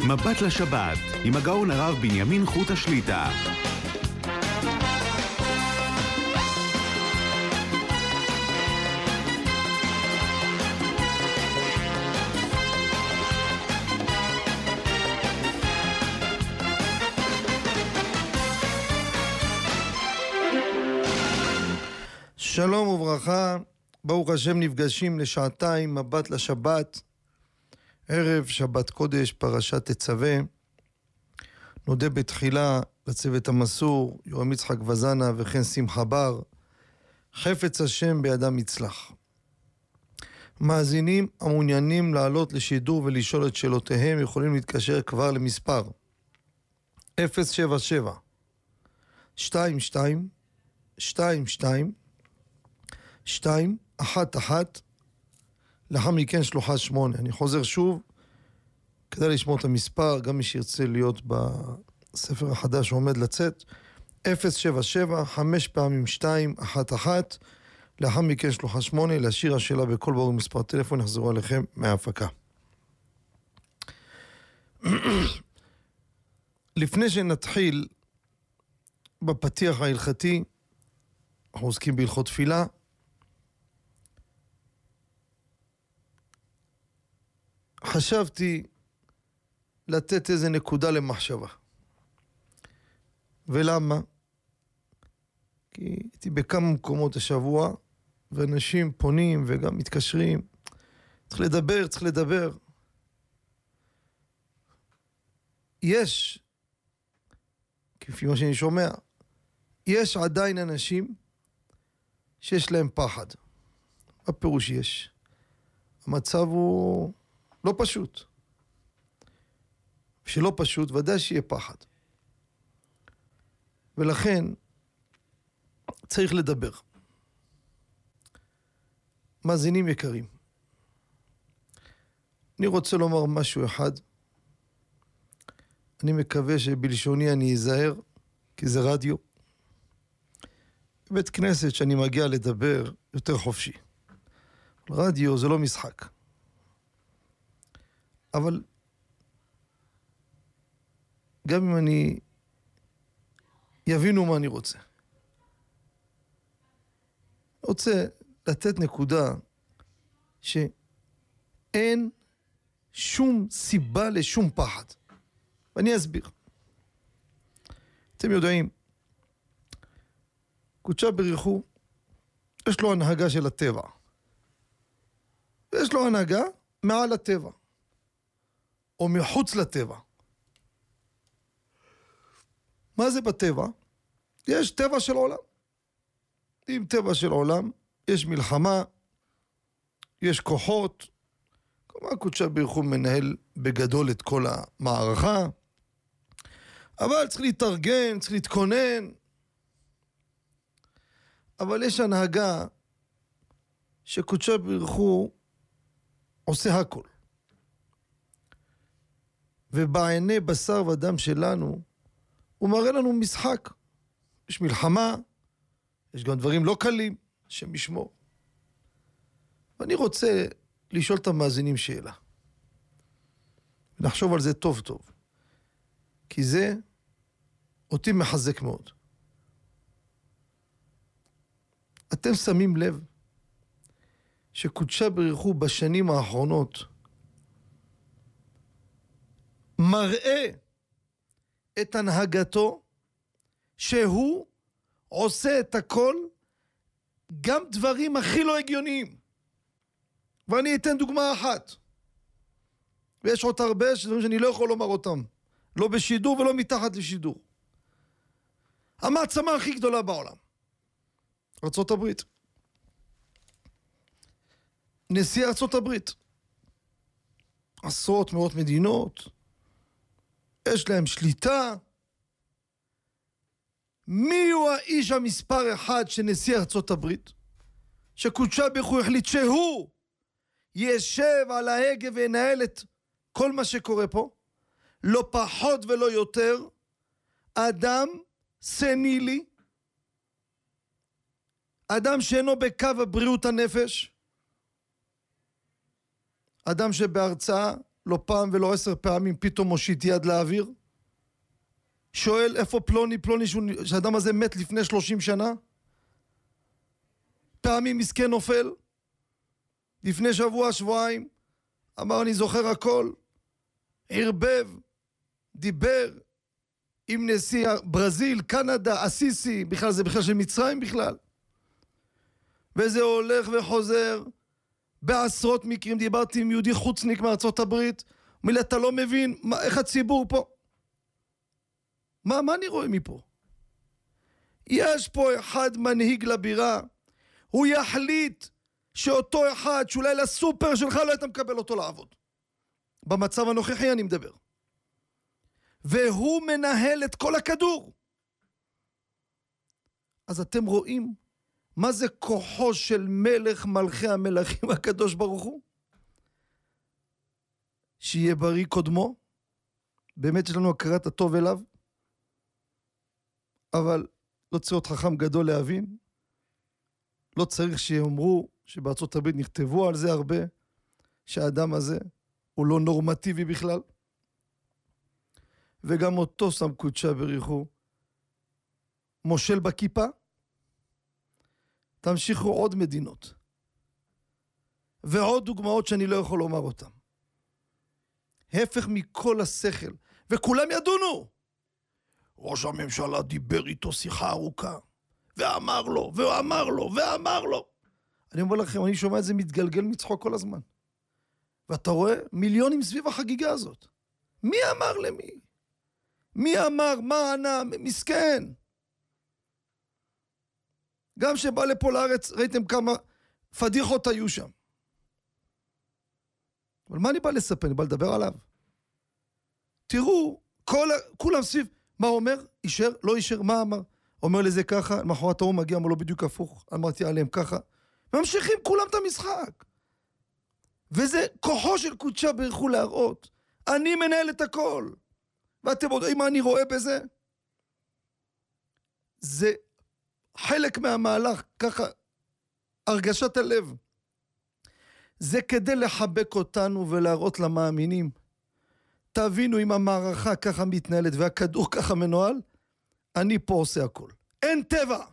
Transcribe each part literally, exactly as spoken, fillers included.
מבט לשבת, עם הגאון הרב בנימין חוט השליטה. שלום וברכה, ברוך השם, נפגשים לשעתיים מבט לשבת, ערב שבת קודש, פרשת תצווה. נודה בתחילה לצוות המסור, יורם יצחק וזנה וכן שמחה בר, חפץ השם בידם יצלח. מאזינים המעוניינים לעלות לשידור ולשאול את שאלותיהם יכולים להתקשר כבר למספר אפס שבע שבע שתיים שתיים שתיים שתיים שתיים אחת אחת, לאחר מכן שלוחה שמונה. אני חוזר שוב כדי לשמור את המספר, גם מי שירצה להיות בספר החדש שעומד לצאת, אפס שבע שבע חמש פעמים שתיים אחת אחת, לאחר מכן שלוחה שמונה, להשאיר השאלה בכל ברור מספר טלפון, יחזרו עליכם מההפקה. לפני שנתחיל בפתיח ההלכתי, אנחנו עוסקים בהלכות תפילה. חשבתי לתת איזה נקודה למחשבה. ולמה? כי הייתי בכמה מקומות השבוע, ואנשים פונים וגם מתקשרים. צריך לדבר, צריך לדבר. יש, כפי מה שאני שומע, יש עדיין אנשים שיש להם פחד. הפירוש יש. המצב הוא לא פשוט. שלא פשוט, ודאי שיהיה פחד. ולכן צריך לדבר. מאזינים יקרים, אני רוצה לומר משהו אחד. אני מקווה שבלשוני אני אזהר, כי זה רדיו. בית כנסת שאני מגיע לדבר יותר חופשי. רדיו זה לא משחק. אבל גם אם אני יבינו מה אני רוצה. רוצה לתת נקודה שאין שום סיבה לשום פחד. ואני אסביר. אתם יודעים, קודשה בריך הוא, יש לו הנהגה של הטבע. ויש לו הנהגה מעל הטבע. או מחוץ לטבע. מה זה בטבע? יש טבע של עולם. עם טבע של עולם, יש מלחמה, יש כוחות, כלומר קודשה בריך הוא מנהל בגדול את כל המערכה, אבל צריך להתארגן, צריך להתכונן, אבל יש הנהגה שקודשה בריך הוא עושה הכל. ובעיני בשר ודם שלנו, הוא מראה לנו משחק. יש מלחמה, יש גם דברים לא קלים, שמשמור. ואני רוצה לשאול את המאזינים שאלה. ונחשוב על זה טוב טוב. כי זה אותי מחזק מאוד. אתם שמים לב שקודשה בריך הוא בשנים האחרונות מראה את הנהגתו שהוא עושה את הכל, גם דברים הכי לא הגיוניים. ואני אתן דוגמה אחת. ויש עוד הרבה דברים שאני לא יכול לומר אותם. לא בשידור ולא מתחת לשידור. המעצמה הכי גדולה בעולם. ארצות הברית. נשיא ארצות הברית. עשרות מאות מדינות. יש להם שליטה. מי הוא האיש המספר אחד של נשיא ארצות הברית? שקודשה בריך הוא החליט שהוא ישב על ההגה וינהל את כל מה שקורה פה, לא פחות ולא יותר, אדם סנילי, אדם שאינו בקו הבריאות הנפש, אדם שבהרצאה לא פעם ולא עשר פעמים, פתאום מושיט יד לאוויר, שואל איפה פלוני, פלוני שהאדם הזה מת לפני שלושים שנה, פעמים מסכן נופל, לפני שבוע, שבועיים, אמר אני זוכר הכל, הרבב, דיבר עם נשיא ברזיל, קנדה, אסיסי, בכלל זה בכלל של מצרים בכלל. וזה הולך וחוזר, בעשרות מקרים דיברתי עם יהודי חוצניק מארצות הברית, מילה אתה לא מבין מה, איך הציבור פה. מה, מה אני רואה מפה? יש פה אחד מנהיג לבירה, הוא יחליט שאותו אחד שאולי לסופר שלך לא היית מקבל אותו לעבוד. במצב הנוכחי אני מדבר. והוא מנהל את כל הכדור. אז אתם רואים מה זה כוחו של מלך מלכי המלכים הקדוש ברוך הוא? שיהיה בריא קודמו. באמת יש לנו הכרת הטוב אליו. אבל לא צריך להיות חכם גדול להבין. לא צריך שיאמרו שבארצות הברית נכתבו על זה הרבה, שהאדם הזה הוא לא נורמטיבי בכלל. וגם אותו שם קודשה בריחו, מושל בכיפה. תמשיכו עוד מדינות. ועוד דוגמאות שאני לא יכול לומר אותן. הפך מכל השכל. וכולם ידונו. ראש הממשלה דיבר איתו שיחה ארוכה. ואמר לו, ואמר לו, ואמר לו. אני אומר לכם, אני שומע את זה מתגלגל מצחוק כל הזמן. ואתה רואה מיליונים סביב החגיגה הזאת. מי אמר למי? מי אמר? מה ענה? מסכן. גם שבא לפה לארץ, ראיתם כמה פדיחות היו שם. אבל מה אני בא לספר? אני בא לדבר עליו. תראו, כל, כולם סביב, מה אומר? אישר? לא אישר? מה אמר? אומר לזה ככה, למחרת ההוא מגיע, אמר לו בדיוק הפוך, אמרתי עליהם ככה. ממשיכים כולם את המשחק. וזה כוחו של קודשה ברכו להראות. אני מנהל את הכל. ואתם יודעים מה אני רואה בזה? זה חלק מהמהלך, ככה, הרגשת הלב. זה כדי לחבק אותנו ולהראות למאמינים. תבינו אם המערכה ככה מתנהלת והכדור ככה מנוהל, אני פה עושה הכל. אין טבע.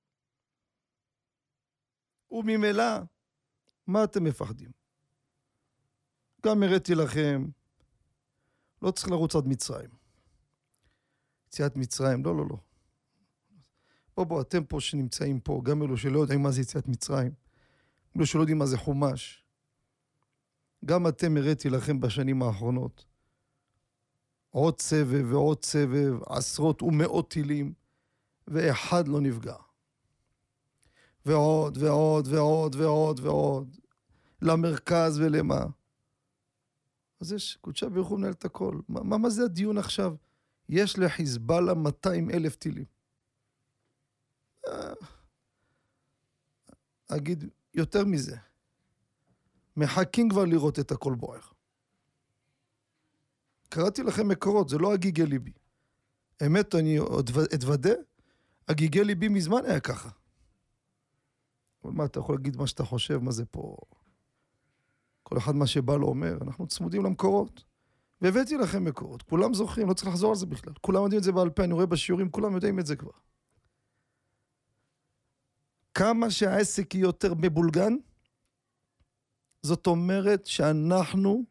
וממילא, מה אתם מפחדים? גם הראיתי לכם, לא צריך לרוץ עד מצרים. יציאת מצרים, לא, לא, לא. בוא, בוא, אתם פה שנמצאים פה, גם אלו שלא יודעים מה זה יציאת מצרים, אלו שלא יודעים מה זה חומש. גם אתם הראיתי לכם בשנים האחרונות, עוד סבב ועוד סבב, עשרות ומאות טילים, ואחד לא נפגע. ועוד ועוד ועוד ועוד ועוד, למרכז ולמה. אז יש, קודשה ברכו מנהל את הכל. מה, מה זה הדיון עכשיו? יש לחיזבאללה מאתיים אלף טילים. אגיד יותר מזה. מחכים כבר לראות את הכל בוער. קראתי לכם מקורות, זה לא הגיגי ליבי. אמת, אני אתוודא, הגיגי ליבי מזמן היה ככה. אבל מה, אתה יכול להגיד מה שאתה חושב, מה זה פה? כל אחד מה שבא לו אומר, אנחנו צמודים למקורות. והבאתי לכם מקורות, כולם זוכרים, לא צריך לחזור על זה בכלל. כולם יודעים את זה בעל פה, אני רואה בשיעורים, כולם יודעים את זה כבר. כמה שהעסק היא יותר מבולגן, זאת אומרת שאנחנו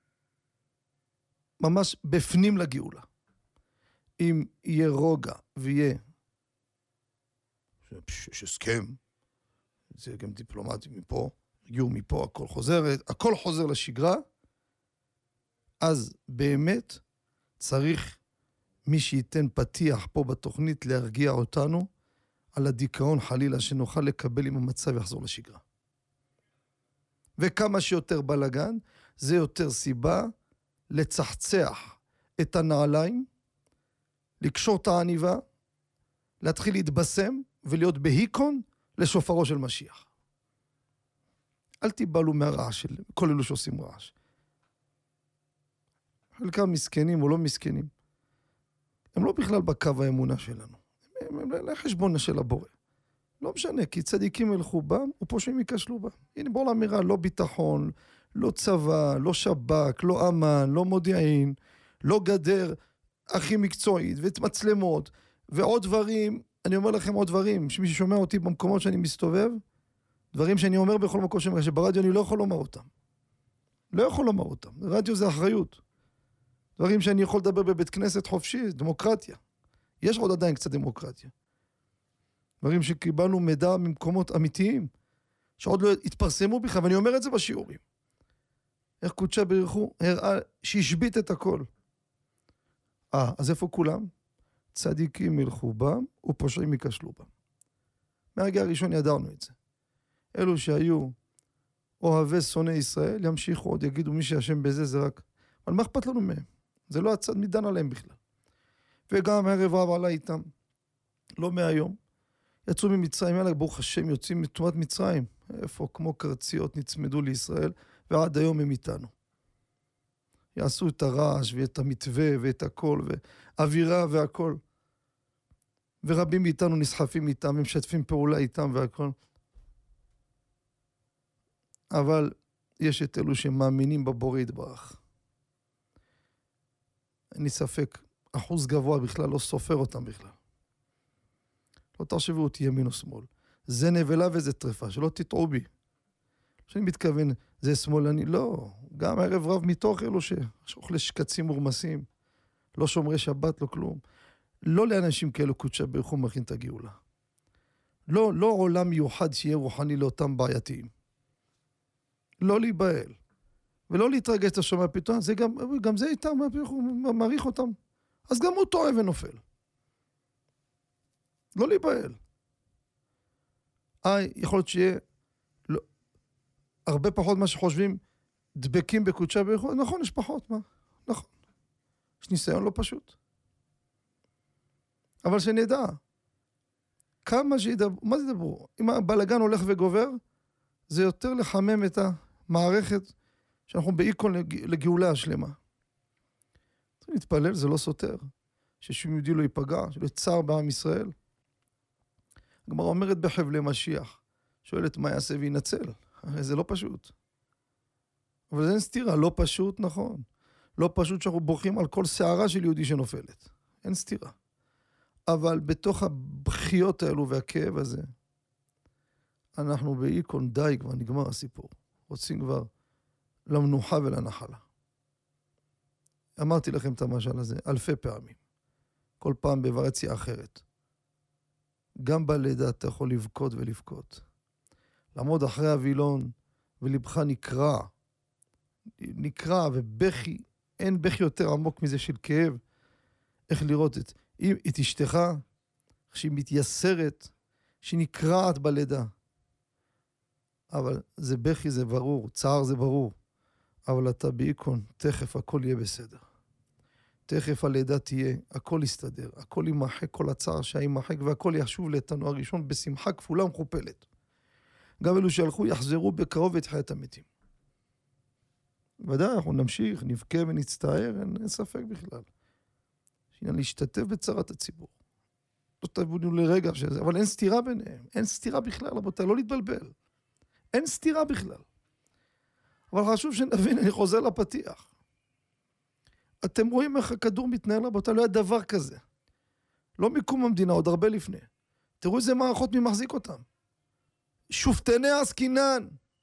ממש בפנים לגאולה. אם יהיה רוגע ויהיה, יש הסכם, זה גם דיפלומטי מפה, הגיעו מפה, הכל חוזר, הכל חוזר לשגרה, אז באמת צריך מי שייתן פתיח פה בתוכנית להרגיע אותנו על הדיכאון חלילה שנוכל לקבל אם המצב יחזור לשגרה. וכמה שיותר בלגן, זה יותר סיבה לצחצח את הנעליים, לקשור את העניבה, להתחיל להתבשם ולהיות בהיקון לשופרו של משיח. אל תיבלו מהרעש של כל אלו שעושים רעש. חלקם מסכנים או לא מסכנים. הם לא בכלל בקו האמונה שלנו. הם, הם, הם לחשבון של הבורא. לא משנה, כי צדיקים ילכו בם, ופושעים ייכשלו בם. הנה בוא לאמירה, לא ביטחון, לא צבא, לא שב"כ, לא אמן, לא מודיעין, לא גדר הכי מקצועית, ומצלמות, ועוד דברים, אני אומר לכם עוד דברים, שמי ששומע אותי במקומות שאני מסתובב, דברים שאני אומר בכל מקום שאני אומר, שברדיו אני לא יכול לומר אותם. לא יכול לומר אותם. רדיו זה אחריות. דברים שאני יכול לדבר בבית כנסת חופשי, דמוקרטיה. יש עוד עדיין קצת דמוקרטיה. דברים שקיבלנו מידע ממקומות אמיתיים, שעוד לא התפרסמו בכלל, ואני אומר את זה בשיעורים. איך קודשה ברכו, הראה שהשבית את הכל. אה, אז איפה כולם? צדיקים ילכו בם, ופושעים יקשלו בם. מהרגע הראשון ידענו את זה. אלו שהיו אוהבי שונאי ישראל, ימשיכו עוד, יגידו מי שהשם בזה זה רק... אבל מה אכפת לנו מהם? זה לא הצד מדן עליהם בכלל. וגם ערב רב עלה איתם, לא מהיום. יצאו ממצרים, יאללה, ברוך השם, יוצאים מתומת מצרים. איפה? כמו קרציות נצמדו לישראל, ועד היום הם איתנו. יעשו את הרעש, ואת המתווה, ואת הכל, ואווירה והכל. ורבים מאיתנו נסחפים איתם, הם משתפים פעולה איתם והכל. אבל יש את אלו שמאמינים בבורא יתברך. אין לי ספק, אחוז גבוה בכלל לא סופר אותם בכלל. לא תחשבו אותי ימין או שמאל. זה נבלה וזה טרפה, שלא תטעו בי. שאני מתכוון, זה שמאלני, לא. גם ערב רב מתוך אלו שאוכלי שקצים מורמסים, לא שומרי שבת, לא כלום. לא לאנשים כאלו קודשה ברכו מכין את הגאולה. לא, לא עולם מיוחד שיהיה רוחני לאותם בעייתיים. לא להיבהל. ולא להתרגש את השומע פתאום, זה גם, גם זה איתם, הוא מעריך אותם. אז גם הוא טועה ונופל. לא להיבהל. איי, יכול להיות שיהיה לא, הרבה פחות מה שחושבים, דבקים בקודשה ברכו, נכון, יש פחות, מה? נכון. יש ניסיון לא פשוט. אבל שנדע, כמה שידברו, מה זה דברו? אם הבלגן הולך וגובר, זה יותר לחמם את המערכת שאנחנו באיקון לגאולה השלמה. צריך להתפלל, זה לא סותר. ששום יהודי לא ייפגע, שלא יצער בעם ישראל. הגמרא אומרת בחבלי משיח, שואלת מה יעשה וינצל. הרי זה לא פשוט. אבל זה אין סתירה, לא פשוט, נכון. לא פשוט שאנחנו בורחים על כל שערה של יהודי שנופלת. אין סתירה. אבל בתוך הבחיות האלו והכאב הזה, אנחנו באיקון די כבר נגמר הסיפור. רוצים כבר למנוחה ולנחלה. אמרתי לכם את המשל הזה אלפי פעמים. כל פעם בוורציה אחרת. גם בלידה אתה יכול לבכות ולבכות. לעמוד אחרי הווילון ולבך נקרע. נקרע ובכי, אין בכי יותר עמוק מזה של כאב. איך לראות את, את אשתך, שהיא מתייסרת, שהיא נקרעת בלידה. אבל זה בכי, זה ברור, צער זה ברור. אבל אתה באיקון, תכף הכל יהיה בסדר. תכף הלידה תהיה, הכל יסתדר, הכל יימחק, כל הצער שימחק, והכל ישוב לאיתנו הראשון בשמחה כפולה ומכופלת. גם אלו שהלכו יחזרו בקרוב את חיית המתים. ודאי, אנחנו נמשיך, נבכה ונצטער, אין, אין ספק בכלל. שינה להשתתף בצרת הציבור. לא תבונו לרגע שזה, אבל אין סתירה ביניהם, אין סתירה בכלל, רבותיי, לא להתבלבל. אין סתירה בכלל. אבל חשוב שנבין, אני חוזר לפתיח. אתם רואים איך הכדור מתנהל, רבותיי, לא היה דבר כזה. לא מקום המדינה, עוד הרבה לפני. תראו איזה מערכות מי מחזיק אותם. שופטני עסקינן.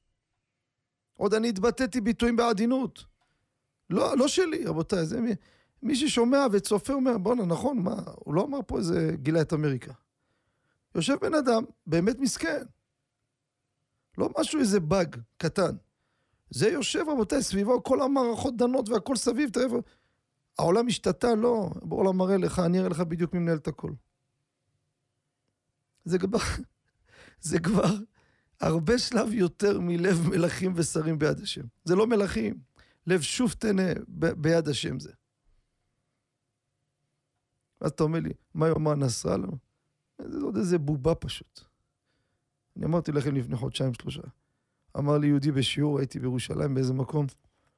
עוד אני התבטאתי ביטויים בעדינות. לא, לא שלי, רבותיי, זה מי, מי ששומע וצופה אומר, בוא, נכון, מה, הוא לא אמר פה איזה גילה את אמריקה. יושב בן אדם, באמת מסכן. לא משהו איזה בג קטן. זה יושב, רבותיי, סביבו כל המערכות דנות והכל סביב, תראה, העולם השתתה, לא, בעולם מראה לך, אני אראה לך בדיוק מי מנהל את הכל. זה כבר, זה כבר הרבה שלב יותר מלב מלכים ושרים ביד השם. זה לא מלכים, לב שופטנה ב- ביד השם זה. אז אתה אומר לי, מה יאמר נסראללה? זה עוד איזה בובה פשוט. אני אמרתי לכם לפני חודשיים שלושה. אמר לי יהודי בשיעור, הייתי בירושלים באיזה מקום.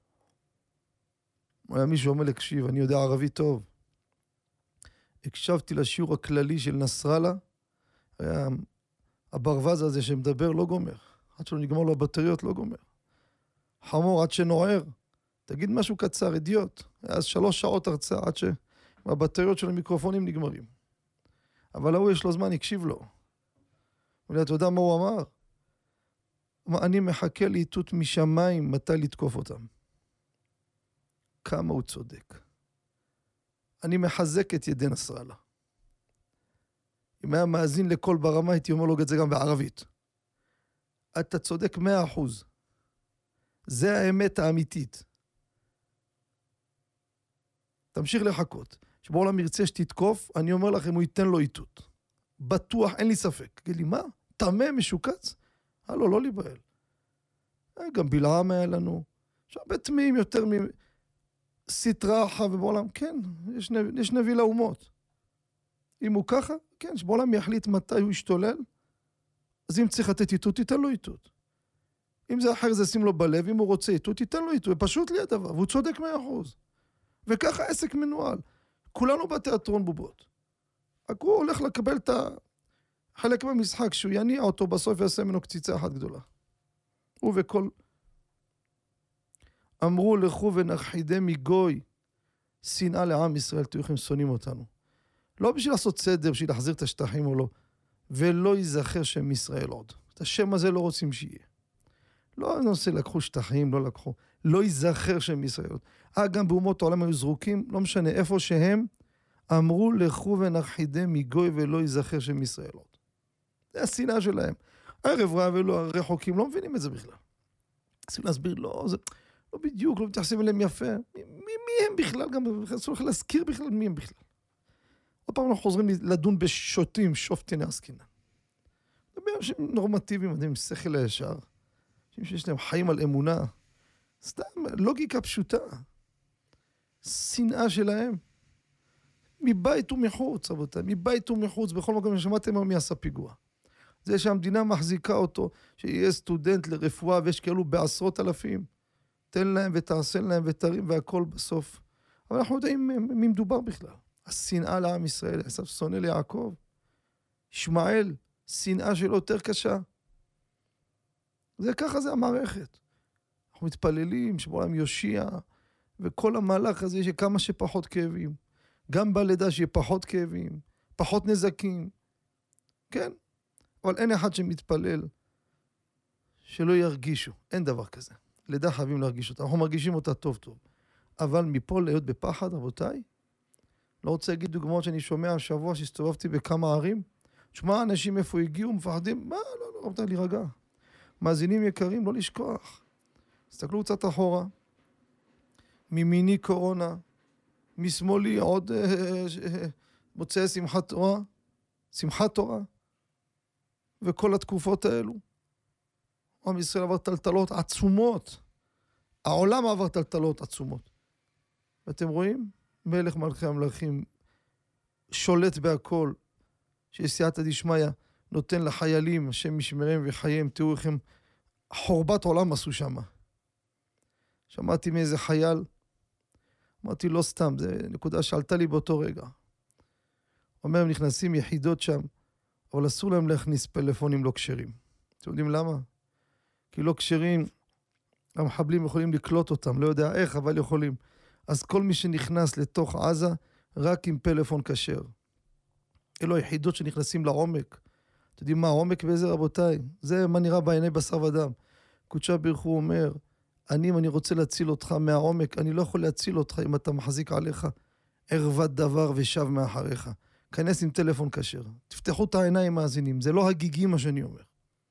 היה מישהו אומר לקשיב, אני יודע ערבי טוב. הקשבתי לשיעור הכללי של נסראללה, היה הברווז הזה שמדבר לא גומר. עד שלא נגמר לו הבטריות לא גומר. חמור עד שנוער. תגיד משהו קצר, אידיוט. אז שלוש שעות הרצאה עד שהבטריות של המיקרופונים נגמרים. אבל הוא יש לו זמן, הקשיב לו. אבל אתה יודע מה הוא אמר? אני מחכה לאיתות משמיים מתי לתקוף אותם. כמה הוא צודק. אני מחזק את ידי נסראללה. אם היה מאזין לכל ברמה, הייתי אומר לו את זה גם בערבית. אתה צודק מאה אחוז. זה האמת האמיתית. תמשיך לחכות. שבעולם ירצה שתתקוף, אני אומר לכם, הוא ייתן לו איתות. בטוח, אין לי ספק. תגיד לי, מה? תמה משוקץ? הלו, לא להיבהל. גם בלעם היה לנו. עכשיו, בתמים יותר מסתרה אחת ובעולם, כן, יש, נב... יש נביא לאומות. אם הוא ככה, כן, שבעולם יחליט מתי הוא ישתולל, אז אם צריך לתת איתות, תיתן לו איתות. אם זה אחר, זה שים לו בלב, אם הוא רוצה איתות, תיתן לו איתות. פשוט לי הדבר, והוא צודק מאה אחוז. וככה עסק מנוהל. כולנו בתיאטרון בובות. רק הוא הולך לקבל את החלק במשחק, שהוא יניע אותו בסוף ויעשה ממנו קציצה אחת גדולה. הוא וכל... אמרו לכו ונכחידם מגוי, שנאה לעם ישראל, תהיו לכם שונאים אותנו. לא בשביל לעשות סדר, בשביל להחזיר את השטחים או לא, ולא ייזכר שם ישראל עוד. את השם הזה לא רוצים שיהיה. לא נושא לקחו שטחים, לא לקחו. לא ייזכר שם ישראל עוד. אה, גם באומות העולם היו זרוקים, לא משנה איפה שהם, אמרו לכו ונכחידם מגוי ולא ייזכר שם ישראל עוד. זה השנאה שלהם. ערב רב ולא רחוקים, לא מבינים את זה בכלל. צריכים להסביר, לא, זה לא בדיוק, לא מתייחסים אליהם יפה. מי, מי, מי הם בכלל? גם צריך להזכיר בכלל מי הם בכלל. עוד פעם אנחנו חוזרים לדון בשוטים, שופטים עסקינן. זה אנשים נורמטיביים, אנשים עם שכל הישר, אנשים שיש להם חיים על אמונה. סתם, לוגיקה פשוטה. שנאה שלהם. מבית ומחוץ, רבותיי, מבית ומחוץ, בכל מקום ששמעתם מי עשה פיגוע. זה שהמדינה מחזיקה אותו, שיהיה סטודנט לרפואה, ויש כאלו בעשרות אלפים. תן להם ותעשה להם ותרים והכל בסוף. אבל אנחנו יודעים מי מדובר בכלל. השנאה לעם ישראל, עשיו שונא ליעקב. ישמעאל, שנאה שלו יותר קשה. זה ככה זה המערכת. אנחנו מתפללים שבעולם יושיע, וכל המהלך הזה יש כמה שפחות כאבים. גם בלידה שיהיה פחות כאבים, פחות נזקים. כן? אבל אין אחד שמתפלל שלא ירגישו. אין דבר כזה. לידה חייבים להרגיש אותה. אנחנו מרגישים אותה טוב טוב. אבל מפה להיות בפחד, רבותיי, לא רוצה להגיד דוגמאות שאני שומע השבוע שהסתובבתי בכמה ערים. תשמע, אנשים איפה הגיעו, מפחדים. מה? לא, לא, רבותיי, להירגע. מאזינים יקרים, לא לשכוח. תסתכלו קצת אחורה. ממיני קורונה, משמאלי עוד אה, אה, מוצאי שמחת תורה, שמחת תורה, וכל התקופות האלו. עם ישראל עבר טלטלות עצומות. העולם עבר טלטלות עצומות. ואתם רואים? מלך מלכי המלכים שולט בהכל, שסייעתא דשמיא נותן לחיילים, השם ישמרם וחייהם, תראו איך הם חורבת עולם עשו שם. שמעתי מאיזה חייל, אמרתי לא סתם, זה נקודה שעלתה לי באותו רגע. אומר, הם נכנסים יחידות שם, אבל אסור להם להכניס פלאפונים לא כשרים. אתם יודעים למה? כי לא כשרים, המחבלים יכולים לקלוט אותם, לא יודע איך, אבל יכולים. אז כל מי שנכנס לתוך עזה, רק עם פלאפון כשר. אלו יחידות שנכנסים לעומק. אתם יודעים מה העומק וזה, רבותיי? זה מה נראה בעיני בשר ודם. קודשא בריך הוא אומר, אני, אם אני רוצה להציל אותך מהעומק, אני לא יכול להציל אותך אם אתה מחזיק עליך ערוות דבר ושב מאחריך. כנס עם טלפון כשר. תפתחו את העיניים מאזינים, זה לא הגיגי מה שאני אומר.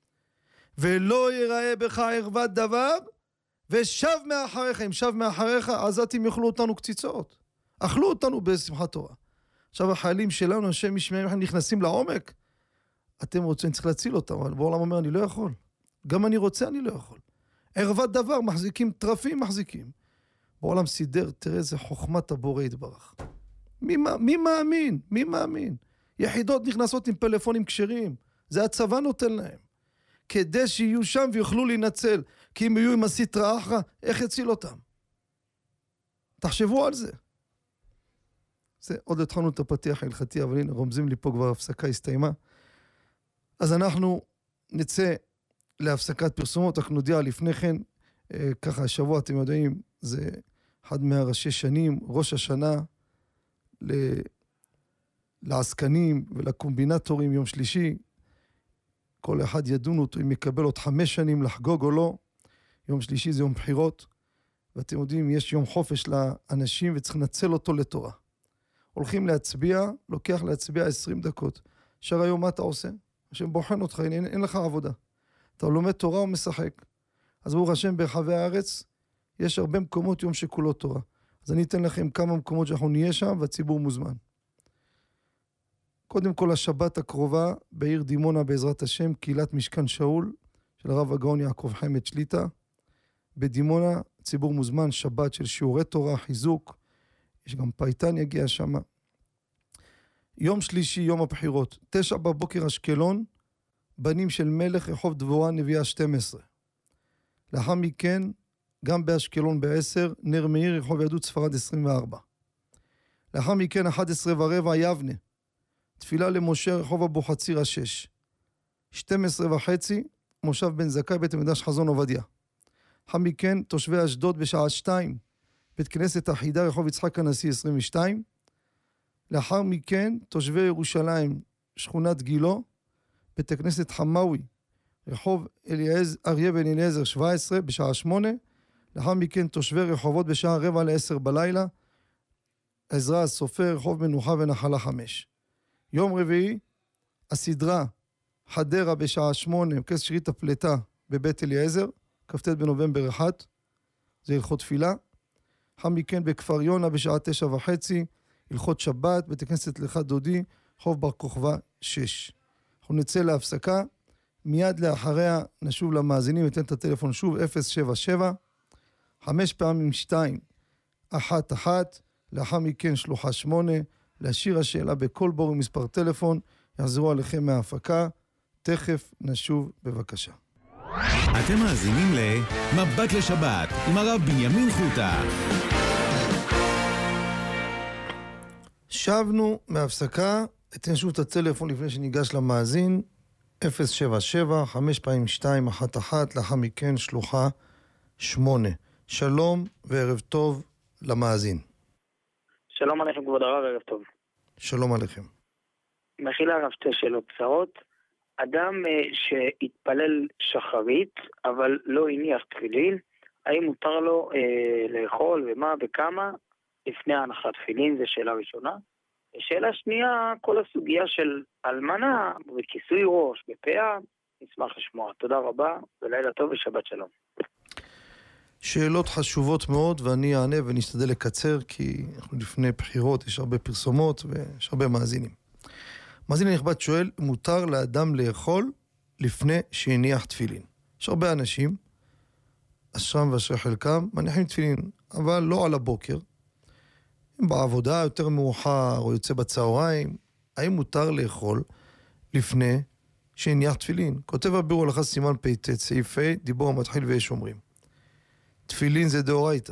ולא ייראה בך ערוות דבר, ושב מאחריך. אם שב מאחריך, אז אתם יאכלו אותנו קציצות. אכלו אותנו בשמחת תורה. עכשיו החיילים שלנו, השם ישמעם, הם נכנסים לעומק. אתם רוצים, צריך להציל אותם, אבל בעולם אומר, אני לא יכול. גם אני רוצה, אני לא יכול. ערוות דבר, מחזיקים, טרפים מחזיקים. בעולם סידר, תראה איזה חוכמת הבורא יתברך. מי, מי מאמין? מי מאמין? יחידות נכנסות עם פלאפונים כשרים. זה הצבא נותן להם. כדי שיהיו שם ויוכלו להינצל. כי אם יהיו עם הסטרא אחרא, איך יציל אותם? תחשבו על זה. זה עוד התחלנו את הפתיח ההלכתי, אבל הנה רומזים לי פה כבר הפסקה הסתיימה. אז אנחנו נצא להפסקת פרסומות, רק נודיע לפני כן ככה השבוע, אתם יודעים, זה אחד מהראשי שנים, ראש השנה, לעסקנים ולקומבינטורים יום שלישי, כל אחד ידון אותו אם יקבל עוד חמש שנים לחגוג או לא. יום שלישי זה יום בחירות, ואתם יודעים, יש יום חופש לאנשים וצריך לנצל אותו לתורה. הולכים להצביע, לוקח להצביע עשרים דקות. שר היום מה אתה עושה? השם בוחן אותך, אין, אין לך עבודה. אתה לומד תורה ומשחק. אז ברוך השם ברחבי הארץ, יש הרבה מקומות יום שכולו תורה. אז אני אתן לכם כמה מקומות שאנחנו נהיה שם, והציבור מוזמן. קודם כל, השבת הקרובה בעיר דימונה בעזרת השם, קהילת משכן שאול, של הרב הגאון יעקב חמד שליטה. בדימונה, ציבור מוזמן, שבת של שיעורי תורה, חיזוק. יש גם פייטן יגיע שם. יום שלישי, יום הבחירות. תשע בבוקר אשקלון, בנים של מלך רחוב דבורה נביאה שתים עשרה. לאחר מכן, גם באשקלון בעשר, נר מאיר רחוב יהדות ספרד עשרים וארבע. לאחר מכן, אחת עשרה ורבע יבנה. תפילה למשה רחוב אבוחצירא שש. שתים עשרה וחצי, מושב בן זכאי בית המקדש חזון עובדיה. לאחר מכן, תושבי אשדוד בשעה שתיים, בית כנסת החידה רחוב יצחק הנשיא עשרים ושתיים. לאחר מכן, תושבי ירושלים, שכונת גילו, בית הכנסת חמאווי, רחוב אליעז, אריה בן אליעזר שבע עשרה בשעה שמונה. לאחר מכן, תושבי רחובות בשעה רבע לעשר בלילה, עזרא הסופר, רחוב מנוחה ונחלה חמש. יום רביעי, הסדרה חדרה בשעה שמונה, כס שירית הפלטה בבית אליעזר, כ"ט בנובמבר אחד, זה הלכות תפילה. לאחר מכן בכפר יונה בשעה תשע וחצי, הלכות שבת, בית הכנסת לך דודי, חוב בר כוכבא שש. אנחנו נצא להפסקה, מיד לאחריה נשוב למאזינים, ניתן את הטלפון שוב, אפס שבע שבע, חמש פעמים שתיים, אחת אחת, לאחר מכן שלוחה שמונה, להשאיר השאלה בכל בור עם מספר טלפון, יחזרו עליכם מההפקה, תכף נשוב בבקשה. אתם מאזינים למבט לשבת עם הרב בנימין חוטה. שבנו מההפסקה, אתן שוב את הטלפון לפני שניגש למאזין, אפס שבע שבע, חמש פעמים שתיים, אחת אחת, לאחר מכן שלוחה שמונה. שלום וערב טוב למאזין. שלום עליכם כבוד הרב, ערב טוב. שלום עליכם. מכילה הרב שתי שאלות קצרות. אדם שהתפלל שחרית, אבל לא הניח תפילין, האם מותר לו אה, לאכול ומה וכמה לפני ההנחת תפילין? זו שאלה ראשונה. שאלה שנייה, כל הסוגיה של אלמנה וכיסוי ראש בפאה, נשמח לשמוע. תודה רבה ולילה טוב ושבת שלום. שאלות חשובות מאוד, ואני אענה ונשתדל לקצר, כי אנחנו לפני בחירות, יש הרבה פרסומות ויש הרבה מאזינים. מאזין הנכבד שואל, מותר לאדם לאכול לפני שהניח תפילין? יש הרבה אנשים, אשרם ואשרי חלקם, מניחים תפילין, אבל לא על הבוקר. בעבודה יותר מאוחר, או יוצא בצהריים, האם מותר לאכול לפני שהניח תפילין? כותב הביאור הלכה סימן פ"ט, סעיף ה', דיבור המתחיל ויש אומרים. תפילין זה דאורייתא,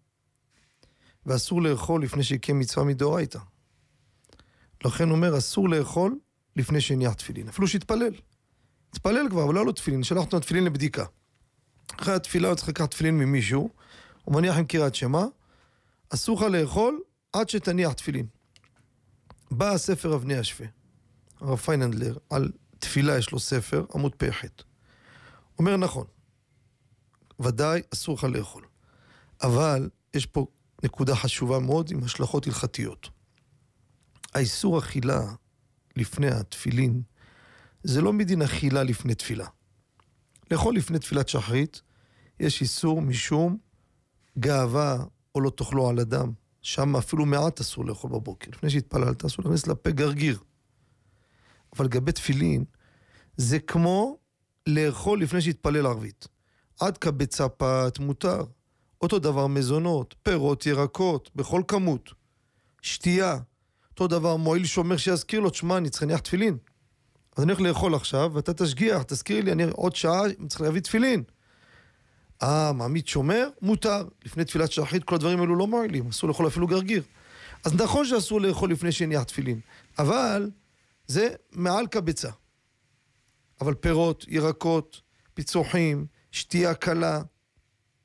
ואסור לאכול לפני שיקיים מצווה מדאורייתא. לכן אומר, אסור לאכול לפני שהניח תפילין. אפילו שהתפלל. התפלל כבר, אבל לא לו תפילין, שלחנו תפילין לבדיקה. אחרי התפילה הוא צריך לקחת תפילין ממישהו, הוא מניח עם קריאת שמע, אסור לך לאכול עד שתניח תפילין. בא הספר אבני השפה, הרב פייננדלר, על תפילה יש לו ספר, עמוד פחת. אומר נכון, ודאי אסור לך לאכול. אבל יש פה נקודה חשובה מאוד עם השלכות הלכתיות. האיסור אכילה לפני התפילין, זה לא מדין אכילה לפני תפילה. לאכול לפני תפילת שחרית, יש איסור משום גאווה או לא תאכלו על אדם. שם אפילו מעט אסור לאכול בבוקר. לפני שהתפללת אסור להכניס לפה גרגיר. אבל לגבי תפילין, זה כמו לאכול לפני שהתפלל ערבית. עד קבצה פת מותר. אותו דבר מזונות, פירות, ירקות, בכל כמות. שתייה. אותו דבר מועיל שאומר שיזכיר לו, תשמע, אני צריך להניח תפילין. אז אני הולך לאכול עכשיו, ואתה תשגיח, תזכיר לי, אני עוד שעה צריך להביא תפילין. אה, מעמיד שומר? מותר. לפני תפילת שחרית, כל הדברים האלו לא מועילים, אסור לאכול אפילו גרגיר. אז נכון שאסור לאכול לפני שהניח תפילין, אבל זה מעל קבצה. אבל פירות, ירקות, פיצוחים, שתייה קלה,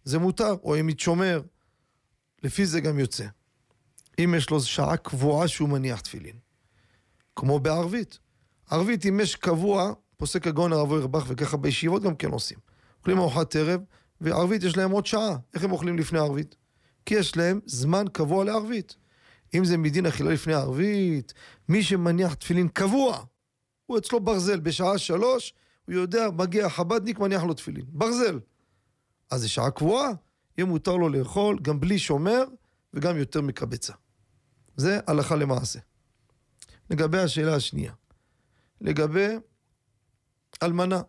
זה מותר, או אם מתשומר, לפי זה גם יוצא. אם יש לו שעה קבועה שהוא מניח תפילין. כמו בערבית. ערבית, אם יש קבוע, פוסק הגאון הרב אוירבך, וככה בישיבות גם כן עושים. אוכלים ארוחת ערב, וערבית יש להם עוד שעה. איך הם אוכלים לפני ערבית? כי יש להם זמן קבוע לערבית. אם זה מדין אכילה לפני ערבית, מי שמניח תפילין קבוע, הוא אצלו ברזל, בשעה שלוש, הוא יודע, מגיע חבדניק, מניח לו תפילין. ברזל. אז זה שעה קבועה, יהיה מותר לו לאכול, גם בלי שומר, וגם יותר מקבצה. זה הלכה למעשה. לגבי השאלה השנייה. לגבי אלמנה.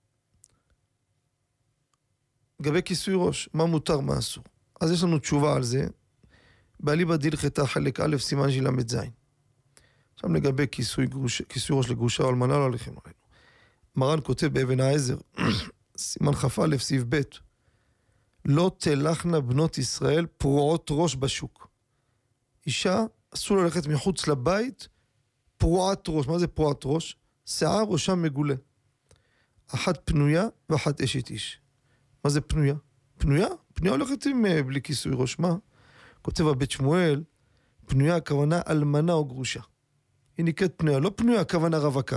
לגבי כיסוי ראש, מה מותר, מה אסור. אז יש לנו תשובה על זה. באליבא דהלכתא חלק א' סימן שלמד זין. עכשיו לגבי כיסוי, גרוש, כיסוי ראש לגרושה או אלמנה, לא הולכים עלינו. מרן כותב באבן העזר, סימן כ"א סעיף ב', לא תלכנה בנות ישראל פרועות ראש בשוק. אישה אסור ללכת מחוץ לבית פרועת ראש. מה זה פרועת ראש? שיער ראשה מגולה. אחת פנויה ואחת אשת איש. מה זה פנויה? פנויה? פנויה הולכת עם בלי כיסוי ראש. מה? כותב הבית שמואל, פנויה הכוונה אלמנה או גרושה. היא נקראת פנויה, לא פנויה הכוונה רווקה.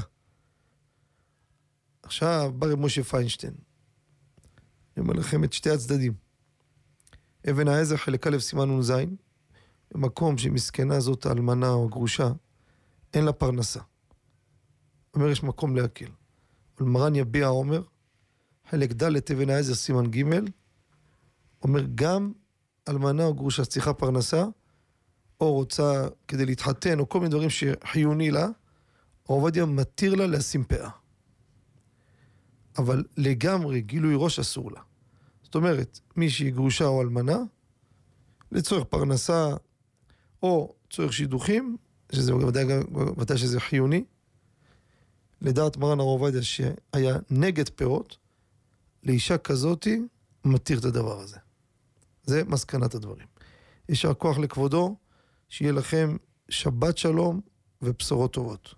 עכשיו בא רב משה פיינשטיין. אני אומר לכם את שתי הצדדים. אבן העזר חלק א' סימן נון זין, במקום שמסכנה זאת האלמנה או הגרושה, אין לה פרנסה. אומר יש מקום להקל. אבל מרן יביע אומר, חלק ד' אבן העזר סימן ג', אומר גם אלמנה או גרושה צריכה פרנסה, או רוצה כדי להתחתן, או כל מיני דברים שחיוני לה, או עובדיה מתיר לה לשים פאה. אבל לגמרי גילוי ראש אסור לה. זאת אומרת, מי שהיא גרושה או אלמנה, לצורך פרנסה, או צורך שידוכים, שזה ודאי, ודאי שזה חיוני, לדעת מרן הרב עובדיה שהיה נגד פירות, לאישה כזאתי מתיר את הדבר הזה. זה מסקנת הדברים. יישר כוח לכבודו, שיהיה לכם שבת שלום ובשורות טובות.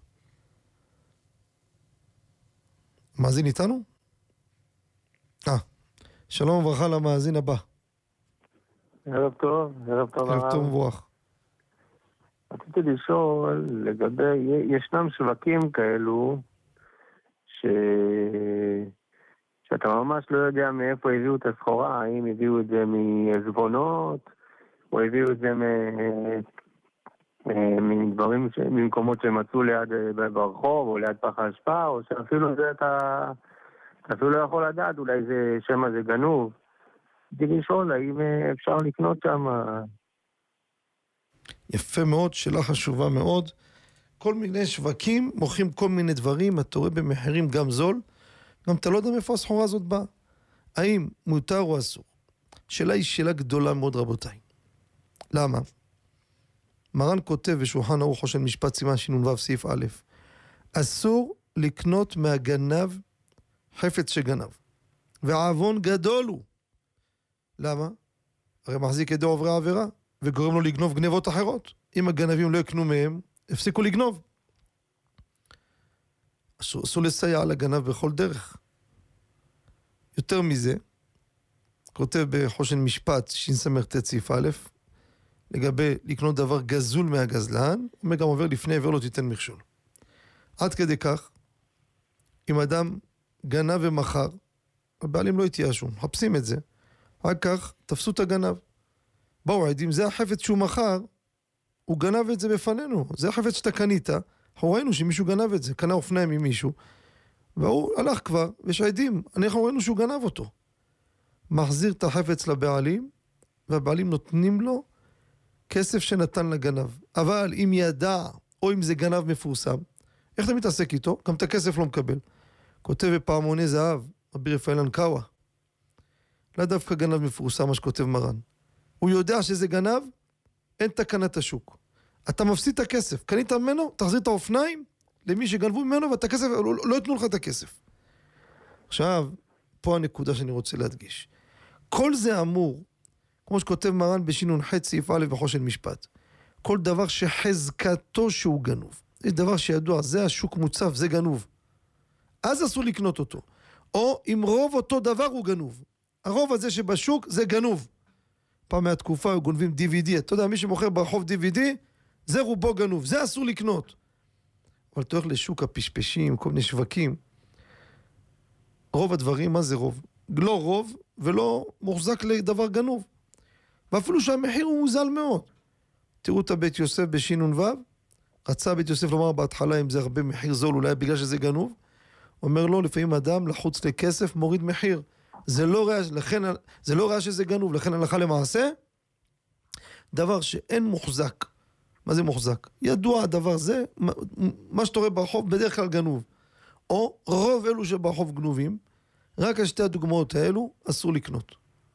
מאזין איתנו? אה, שלום וברכה למאזין הבא. ערב טוב, ערב טוב. ערב טוב מבורך. רציתי לשאול לגבי, ישנם שווקים כאלו, ש... שאתה ממש לא יודע מאיפה הביאו את הסחורה, האם הביאו את זה מעזבונות, או הביאו את זה מ... מדברים, ש... ממקומות שמצאו ליד ברחוב, או ליד פח האשפה, או שאפילו זה אתה, אתה אפילו לא יכול לדעת, אולי זה שמה זה גנוב. רציתי לשאול, האם אפשר לקנות שם? יפה מאוד, שאלה חשובה מאוד. כל מיני שווקים מוכרים כל מיני דברים, אתה רואה במחירים גם זול, גם אתה לא יודע מאיפה הסחורה הזאת באה. האם מותר או אסור? שאלה היא שאלה גדולה מאוד רבותיי. למה? מרן כותב בשולחן ערוך של משפט סימן ש"ו סעיף א', אסור לקנות מהגנב חפץ שגנב, ועוון גדול הוא. למה? הרי מחזיק ידי עוברי העבירה, וגורם לו לגנוב גנבות אחרות. אם הגנבים לא יקנו מהם, הפסיקו לגנוב. אסור, אסור לסייע לגנב בכל דרך. יותר מזה, כותב בחושן משפט ש"ס סעיף א', לגבי לקנות דבר גזול מהגזלן, הוא גם עובר לפני עבר לא תיתן מכשול. עד כדי כך, אם אדם גנב ומחר, הבעלים לא התייאשו, מחפשים את זה, רק כך תפסו את הגנב. באו עדים, זה החפץ שהוא מחר, הוא גנב את זה בפנינו, זה החפץ שאתה קנית, אנחנו ראינו שמישהו גנב את זה, קנה אופניים ממישהו, והוא הלך כבר, ויש עדים, אנחנו ראינו שהוא גנב אותו. מחזיר את החפץ לבעלים, והבעלים נותנים לו כסף שנתן לגנב. אבל אם ידע, או אם זה גנב מפורסם, איך אתה מתעסק איתו? גם את הכסף לא מקבל. כותב בפעמוני זהב, רבי רפאל אנקאווה, לא דווקא גנב מפורסם, מה שכותב מרן. הוא יודע שזה גנב, אין תקנת השוק. אתה מפסיד את הכסף, קנית ממנו, תחזיר את האופניים למי שגנבו ממנו, ואת הכסף, לא, לא יתנו לך את הכסף. עכשיו, פה הנקודה שאני רוצה להדגיש. כל זה אמור, כמו שכותב מרן בשינון ח' סעיף א' בחושן משפט, כל דבר שחזקתו שהוא גנוב, יש דבר שידוע, זה השוק מוצף, זה גנוב. אז אסור לקנות אותו. או אם רוב אותו דבר הוא גנוב, הרוב הזה שבשוק זה גנוב. פעם מהתקופה היו גונבים די וי די. אתה יודע, מי שמוכר ברחוב די וי די, זה רובו גנוב. זה אסור לקנות. אבל אתה הולך לשוק הפשפשים, כל מיני שווקים. רוב הדברים, מה זה רוב? לא רוב ולא מוחזק לדבר גנוב. ואפילו שהמחיר הוא מוזל מאוד. תראו את הבית יוסף בשינון וו. רצה בית יוסף לומר בהתחלה אם זה הרבה מחיר זול, אולי בגלל שזה גנוב. אומר לו, לפעמים אדם לחוץ לכסף מוריד מחיר. זה לא רע, לכן, זה לא רע שזה גנוב, לכן הלכה למעשה, דבר שאין מוחזק. מה זה מוחזק? ידוע הדבר זה, מה שאתה רואה ברחוב בדרך כלל גנוב. או רוב אלו שברחוב גנובים, רק על שתי הדוגמאות האלו אסור לקנות.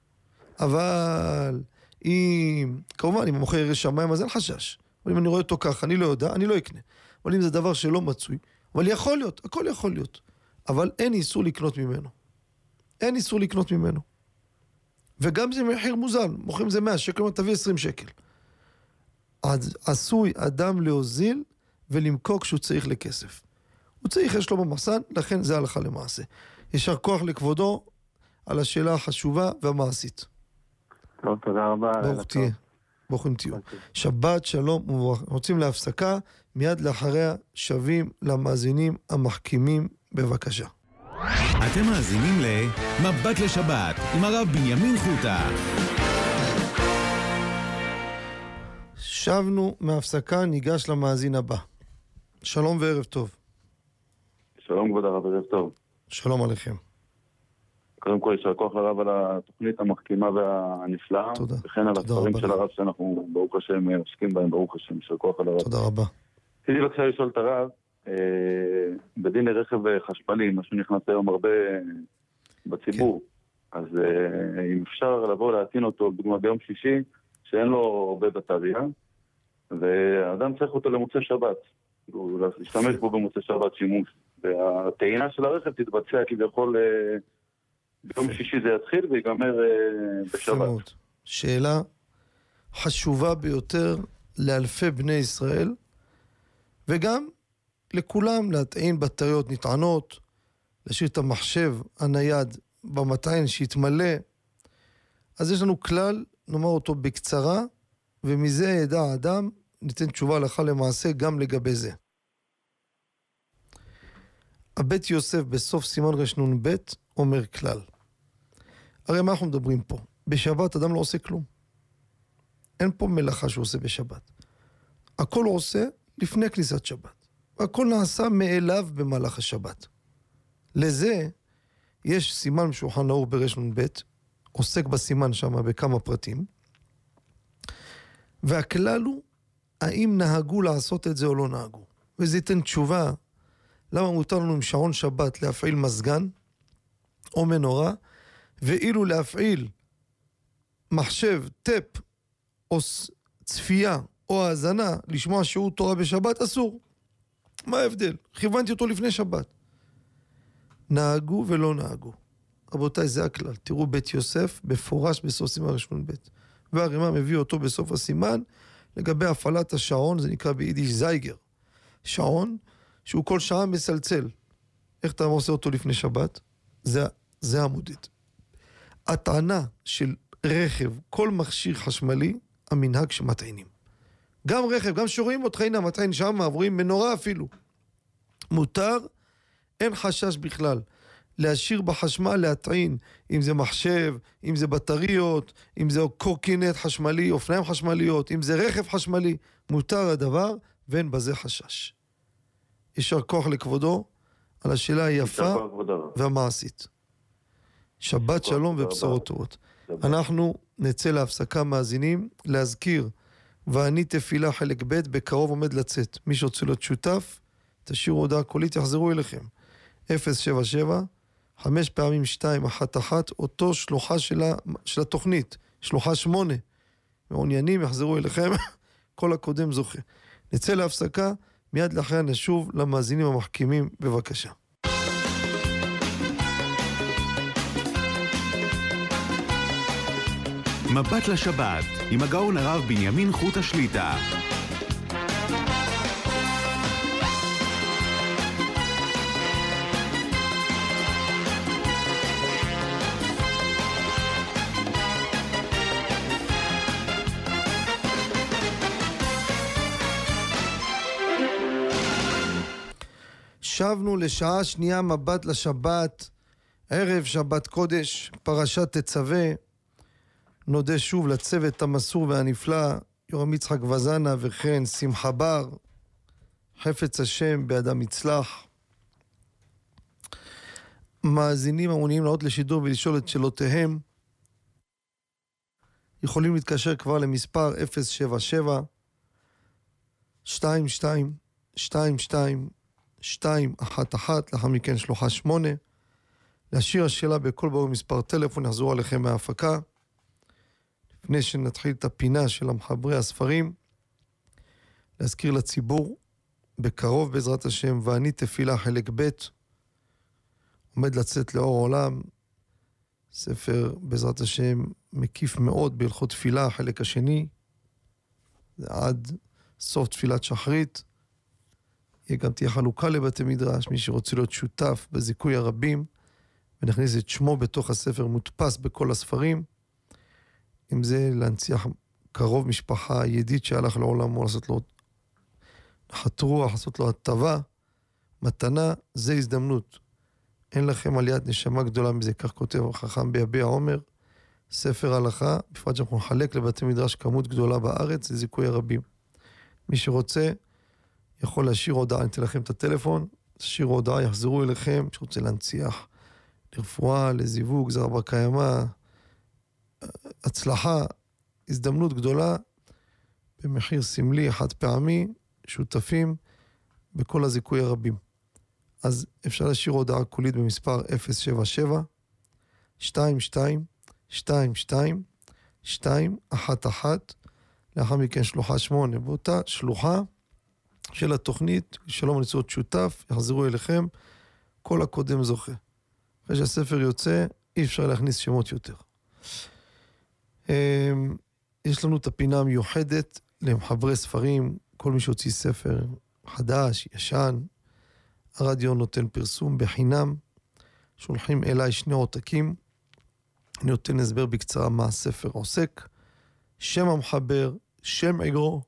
אבל אם, כמובן, אם המוכר יראה שמיים, אז אין חשש. אבל אם אני רואה אותו ככה, אני לא יודע, אני לא אקנה. אבל אם זה דבר שלא מצוי, אבל יכול להיות, הכל יכול להיות. אבל אין איסור לקנות ממנו. אין איסור לקנות ממנו. וגם זה מחיר מוזל, מוכרים זה מאה שקל, תביא עשרים שקל. אז עשוי אדם להוזיל ולמכור כשהוא צריך לכסף. הוא צריך, יש לו במחסן, לכן זה הלכה למעשה. ישר כוח לכבודו על השאלה החשובה והמעשית. טוב, תודה רבה. ברוך תהיה. ברוכים תהיו. שבת שלום וברכה. רוצים להפסקה, מיד לאחריה שווים למאזינים המחכימים, בבקשה. אתם מאזינים למבט לשבת עם הרב בנימין חוטה. שבנו מהפסקה, ניגש למאזין הבא. שלום וערב טוב. שלום כבוד הרב, ערב טוב. שלום עליכם. קודם כל יישר כוח לרב על התוכנית המחכימה והנפלאה. תודה. וכן על הספרים של הרב שאנחנו ברוך השם עוסקים בהם, ברוך השם. יישר כוח על הרב. תודה רבה. רציתי בבקשה לשאול את הרב, בדין לרכב חשמלי, מה שנכנס היום הרבה בציבור, אז אם אפשר לבוא להטעין אותו בדוגמה ביום שישי, שאין לו הרבה בטריה, והאדם צריך אותו למוצא שבת, להשתמש בו במוצא שבת שימוש, והטעינה של הרכב תתבצע כביכול ביום שישי זה יתחיל ויגמר בשבת. שאלה חשובה ביותר לאלפי בני ישראל, וגם לכולם להטעין בטריות נטענות, להשאיר את המחשב הנייד במטען שיתמלא. אז יש לנו כלל, נאמר אותו בקצרה, ומזה ידע האדם, ניתן תשובה הלכה למעשה גם לגבי זה. הבית יוסף בסוף סימן רשנון ב' אומר כלל. הרי מה אנחנו מדברים פה? בשבת אדם לא עושה כלום. אין פה מלאכה שהוא עושה בשבת. הכל הוא עושה לפני כניסת שבת. הכל נעשה מאליו במהלך השבת. לזה יש סימן משולחן ערוך ברשנון ב', עוסק בסימן שם בכמה פרטים, והכלל הוא האם נהגו לעשות את זה או לא נהגו. וזה ייתן תשובה למה מותר לנו עם שעון שבת להפעיל מזגן או מנורה, ואילו להפעיל מחשב, טפ או צפייה או האזנה לשמוע שיעור תורה בשבת אסור. מה ההבדל? כיוונתי אותו לפני שבת. נהגו ולא נהגו. רבותיי, זה הכלל. תראו בית יוסף בפורש בסוף סימן רשנון ב', והרימה מביא אותו בסוף הסימן לגבי הפעלת השעון, זה נקרא ביידיש זייגר. שעון שהוא כל שעה מסלצל. איך אתה עושה אותו לפני שבת? זה, זה המודד. הטענה של רכב, כל מכשיר חשמלי, המנהג שמטעינים. גם רכב, גם שרואים אותך, הנה המטעין שם, עבורים מנורה אפילו. מותר, אין חשש בכלל. להשאיר בחשמל, להטעין, אם זה מחשב, אם זה בטריות, אם זה קורקינט חשמלי, אופניים חשמליות, אם זה רכב חשמלי, מותר הדבר, ואין בזה חשש. יישר כוח לכבודו, על השאלה היפה והמעשית. שבת שלום ובשורות טובות. אנחנו נצא להפסקה מאזינים, להזכיר, ואני תפילה חלק ב' בקרוב עומד לצאת. מי שרוצה להיות שותף, תשאירו הודעה קולית, יחזרו אליכם. אפס שבע שבע, חמש פעמים שתיים, אחת אחת, אותו שלוחה של, ה... של התוכנית, שלוחה שמונה. מעוניינים, יחזרו אליכם, כל הקודם זוכה. נצא להפסקה, מיד לאחריה נשוב למאזינים המחכימים, בבקשה. מבט לשבת, עם הגאון הרב בנימין חוטה שליטה. שבנו לשעה שנייה מבט לשבת, ערב שבת קודש, פרשת תצווה. נודה שוב לצוות המסור והנפלא, יורם יצחק וזנה וכן שמחה בר, חפץ השם באדם יצלח. מאזינים המעוניינים לעלות לשידור ולשאול את שאלותיהם, יכולים להתקשר כבר למספר אפס שבע שבע שתיים שתיים שתיים שתיים שתיים אחת אחת, לאחר מכן שלוחה שמונה, להשאיר השאלה בכל ברור מספר טלפון, יחזור עליכם מההפקה. לפני שנתחיל את הפינה של המחברי הספרים, להזכיר לציבור, בקרוב בעזרת השם, ואני תפילה חלק ב' עומד לצאת לאור עולם, ספר בעזרת השם מקיף מאוד בהלכות תפילה, החלק השני, זה עד סוף תפילת שחרית. יהיה גם תהיה חלוקה לבתי מדרש, מי שרוצה להיות שותף בזיכוי הרבים, ונכניס את שמו בתוך הספר, מודפס בכל הספרים, אם זה להנציח קרוב משפחה, ידיד שהלך לעולמו, לעשות לו נחת רוח, לעשות לו הטבה, מתנה, זה הזדמנות. אין לכם עליית נשמה גדולה מזה, כך כותב החכם ביביע עומר, ספר הלכה, בפרט שאנחנו נחלק לבתי מדרש כמות גדולה בארץ, זה זיכוי הרבים. מי שרוצה, יכול להשאיר הודעה, אני אתן לכם את הטלפון, תשאיר הודעה, יחזרו אליכם, מי שרוצה להנציח, לרפואה, לזיווג, זר בר קיימא, הצלחה, הזדמנות גדולה, במחיר סמלי, חד פעמי, שותפים בכל הזיכוי הרבים. אז אפשר להשאיר הודעה קולית במספר אפס שבע שבע שתיים שתיים שתיים שתיים שתיים אחת אחת, לאחר מכן שלוחה שמונה, באותה שלוחה של התוכנית, שלום הנצרות שותף, יחזרו אליכם, כל הקודם זוכה. אחרי שהספר יוצא, אי אפשר להכניס שמות יותר. יש לנו את הפינה המיוחדת למחברי ספרים, כל מי שהוציא ספר חדש, ישן, הרדיו נותן פרסום בחינם, שולחים אליי שני עותקים, אני נותן הסבר בקצרה מה הספר עוסק, שם המחבר, שם אגרו,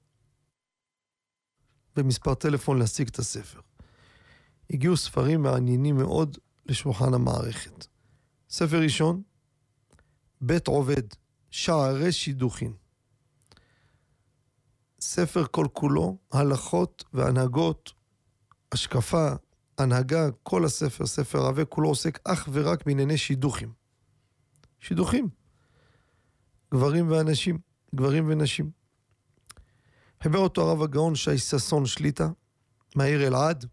ומספר טלפון להשיג את הספר. הגיעו ספרים מעניינים מאוד לשולחן המערכת. ספר ראשון, בית עובד, שערי שידוכין. ספר כל כולו, הלכות והנהגות, השקפה, הנהגה, כל הספר, ספר רבי, כולו עוסק אך ורק בענייני שידוכים. שידוכים. גברים ואנשים, גברים ונשים. חבר אותו הרב הגאון שי ששון שליטה, מהעיר אלעד.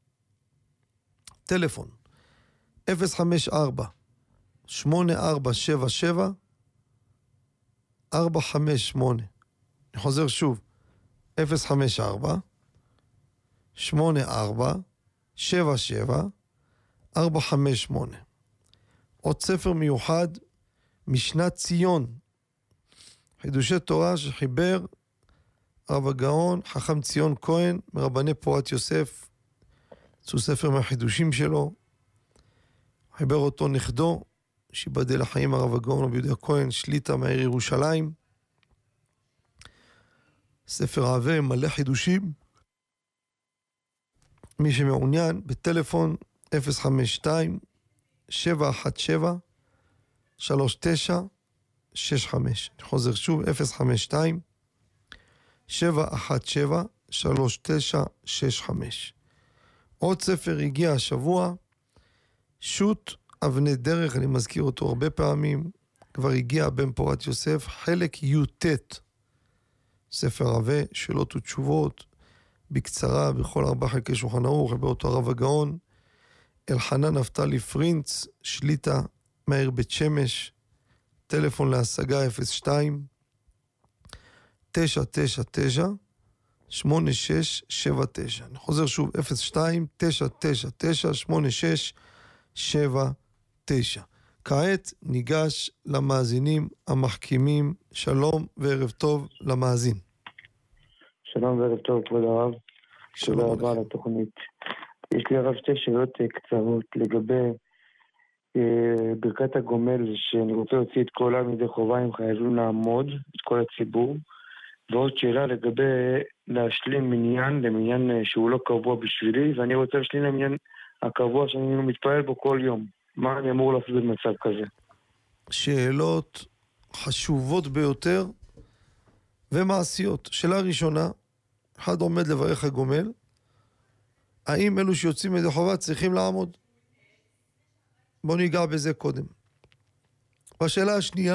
טלפון, אפס חמש ארבע שמונה ארבע שבע שבע ארבע חמש שמונה. אני חוזר שוב, אפס חמש ארבע שמונה ארבע שבע שבע ארבע חמש שמונה. עוד ספר מיוחד, משנת ציון, חידושי תורה שחיבר הרב הגאון חכם ציון כהן מרבני פורת יוסף. זו ספר מהחידושים שלו, חיבר אותו נכדו שיבדל לחיים הרב הגאון רבי יהודה כהן שליטה מהעיר ירושלים. ספר עבה מלא חידושים. מי שמעוניין בטלפון אפס חמש שתיים שבע אחת שבע שלוש תשע שש חמש. אני חוזר שוב, אפס חמש שתיים שבע אחת שבע שלוש תשע שש חמש. עוד ספר הגיע השבוע, שו"ת אבני דרך, אני מזכיר אותו הרבה פעמים, כבר הגיע בן פורת יוסף, חלק י"ט, ספר רבה, שאלות ותשובות, בקצרה, בכל ארבע חלקי שולחן ערוך, באותו הרב הגאון, אלחנן נפתלי פרינץ, שליטה, מהעיר בית שמש, טלפון להשגה אפס שתיים תשע תשע תשע שמונה שש שבע תשע. אני חוזר שוב, אפס שתיים תשע תשע תשע שמונה שש שבע תשע. כעת ניגש למאזינים המחכימים. שלום וערב טוב למאזין. שלום וערב טוב, כבוד הרב. תודה רבה על התוכנית. יש לי הרב שתי שאלות קצרות לגבי אה, ברכת הגומל, שאני רוצה להוציא את כל העם ידי חובה, הם חייבים לעמוד, את כל הציבור. ועוד שאלה לגבי להשלים מניין למניין שהוא לא קבוע בשבילי, ואני רוצה להשלים למניין הקבוע שאני מתפעל בו כל יום. מה אני אמור לעשות במצב כזה? שאלות חשובות ביותר ומעשיות. שאלה ראשונה, אחד עומד לברך הגומל, האם אלו שיוצאים ידי חובה צריכים לעמוד? בואו ניגע בזה קודם. בשאלה השנייה,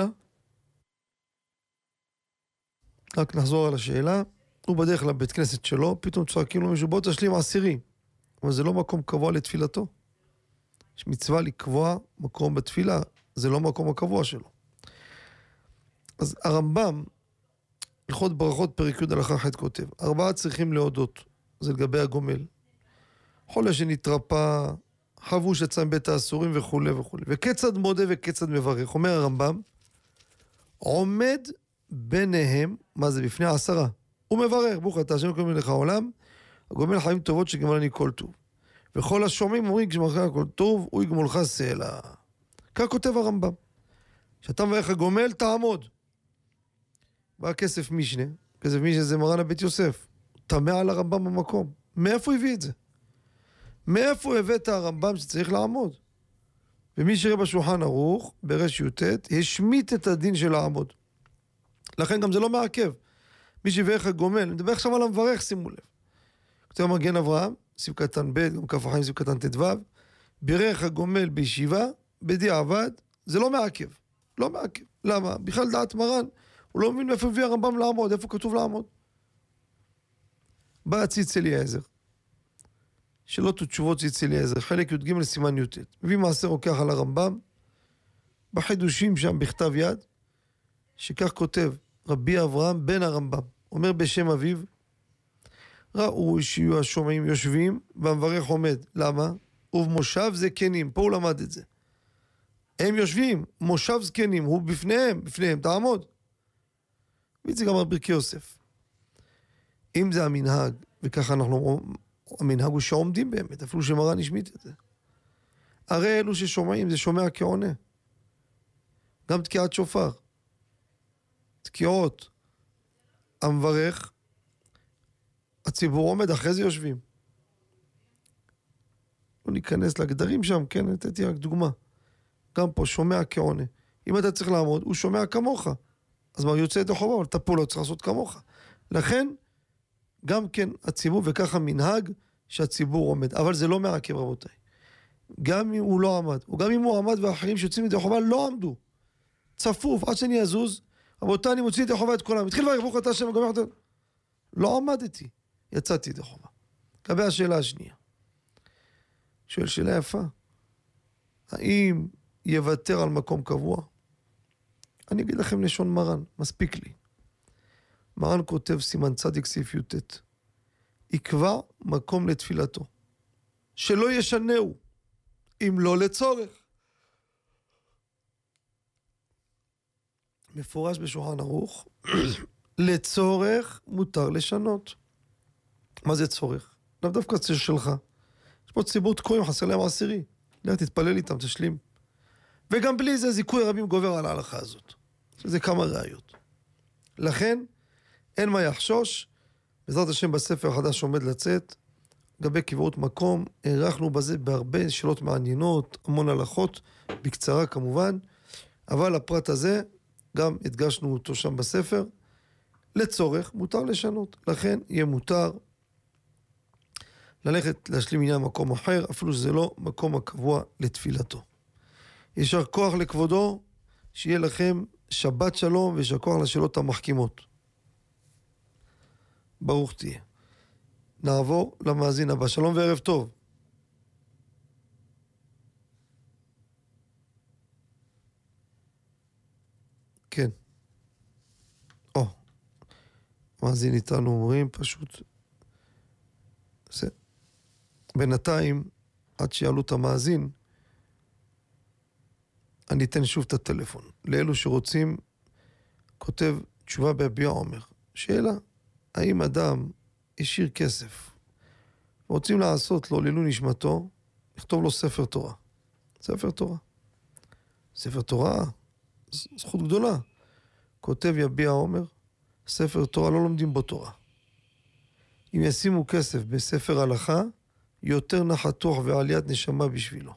רק נחזור על השאלה, הוא בדרך לבית כנסת שלו, פתאום צועקים לו מישהו, בוא תשלים עשירי. אבל זה לא מקום קבוע לתפילתו. יש מצווה לקבוע מקום בתפילה, זה לא מקום הקבוע שלו. אז הרמב"ם, הלכות ברכות פרק י' הלכה ח' כותב, ארבעה צריכים להודות, זה לגבי הגומל. חולה שנתרפא, חבוש יצא מבית האסורים וכו' וכו'. וכיצד מודה וכיצד מברך. אומר הרמב"ם, עומד ביניהם, מה זה בפני העשרה, הוא מברך, ברוך אתה השם קוראים לך העולם, הגומל חיים טובות שגמלני כל טוב. וכל השומעים אומרים, כשמלך כל טוב, הוא יגמולך סלע. כך כותב הרמב"ם. כשאתה מברך הגומל, תעמוד. בא כסף משנה, כסף משנה זה מרן הבית יוסף, תמה על הרמב"ם במקום. מאיפה הביא את זה? מאיפה הבאת הרמב"ם שצריך לעמוד? ומי שראה בשולחן ערוך, ברש י"ט, השמיט את הדין של לעמוד. לכן גם זה לא מעכב. מי שברך הגומל, אני מדבר עכשיו על המברך, שימו לב. כתוב מגן אברהם, סעיף קטן ב', גם כף החיים סעיף קטן ט"ו, ברך הגומל בישיבה, בדיעבד, זה לא מעכב. לא מעכב. למה? בכלל דעת מרן, הוא לא מבין מאיפה הביא הרמב"ם לעמוד, איפה כתוב לעמוד. בא הציץ אליעזר. שאלות ותשובות ציץ אליעזר, חלק י"ג לסימן י"ט. מביא מעשר רוקח על הרמב"ם, בחידושים שם בכתב יד, שכך כותב רבי אברהם בן הרמב"ם, אומר בשם אביו, ראו שיהיו השומעים יושבים והמברך עומד. למה? ובמושב זקנים, פה הוא למד את זה. הם יושבים, מושב זקנים, הוא בפניהם, בפניהם, תעמוד. וזה גם ברכי יוסף. אם זה המנהג, וככה אנחנו, המנהג הוא שעומדים באמת, אפילו שמרן השמיט את זה. הרי אלו ששומעים, זה שומע כעונה. גם תקיעת שופר. תקיעות. המברך, הציבור עומד, אחרי זה יושבים. לא ניכנס לגדרים שם, כן, נתתי רק דוגמה. גם פה שומע כעונה. אם אתה צריך לעמוד, הוא שומע כמוך. אז מה, יוצא את החובה, אבל אתה פה לא צריך לעשות כמוך. לכן, גם כן הציבור, וככה מנהג שהציבור עומד. אבל זה לא מעכב, רבותיי. גם אם הוא לא עמד, או גם אם הוא עמד ואחרים שיוצאים את החובה לא עמדו. צפוף, עד שאני אזוז, רבותיי, אני מוציא את החובה את כולם. התחיל לברך, ברוך אתה השם, וגומר את... לא עמדתי, יצאתי את החובה. לגבי השאלה השנייה. שואל שאלה יפה. האם יוותר על מקום קבוע? אני אגיד לכם לשון מרן, מספיק לי. מרן כותב סימן צדיק סעיף י"ט. יקבע מקום לתפילתו. שלא ישנהו, אם לא לצורך. מפורש בשולחן ערוך, לצורך מותר לשנות. מה זה צורך? לאו דווקא צורך שלך. יש פה ציבור תקועים, חסר להם עשירי. לך תתפלל איתם, תשלים. וגם בלי זה זיכוי רבים גובר על ההלכה הזאת. זה כמה ראיות. לכן, אין מה יחשוש. בעזרת השם בספר החדש עומד לצאת, לגבי קבעות מקום, הערכנו בזה בהרבה שאלות מעניינות, המון הלכות, בקצרה כמובן, אבל הפרט הזה, גם הדגשנו אותו שם בספר, לצורך מותר לשנות. לכן יהיה מותר ללכת להשלים עניין מקום אחר, אפילו שזה לא מקום הקבוע לתפילתו. יישר כוח לכבודו, שיהיה לכם שבת שלום ויישר כוח לשאלות המחכימות. ברוך תהיה. נעבור למאזין הבא. שלום וערב טוב. כן. או. מאזין איתנו אומרים פשוט. זה. בינתיים, עד שיעלו את המאזין, אני אתן שוב את הטלפון. לאלו שרוצים, כותב תשובה בהביע עומר. שאלה, האם אדם השאיר כסף, רוצים לעשות לו לעילוי נשמתו, לכתוב לו ספר תורה. ספר תורה. ספר תורה, זכות גדולה. כותב יביע עומר, ספר תורה לא לומדים בו תורה. אם ישימו כסף בספר הלכה, יותר נחת רוח ועליית נשמה בשבילו.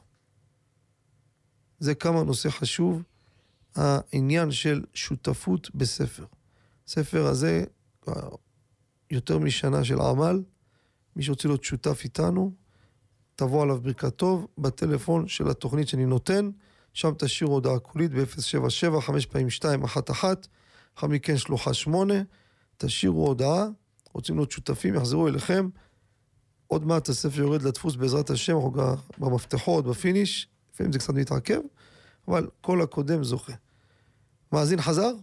זה כמה נושא חשוב, העניין של שותפות בספר. ספר הזה, יותר משנה של עמל, מי שרוצה להיות שותף איתנו, תבוא עליו ברכת טוב, בטלפון של התוכנית שאני נותן, שם תשאיר הודעה קולית ב-אפס שבע שבע חמש פעמים שתיים אחת אחת, אחר מכן שלוחה שמונה, תשאירו הודעה, רוצים להיות שותפים, יחזרו אליכם, עוד מעט הספר יורד לדפוס בעזרת השם, אנחנו גם במפתחות, בפיניש, לפעמים זה קצת מתעכב, אבל כל הקודם זוכה. מאזין חזר?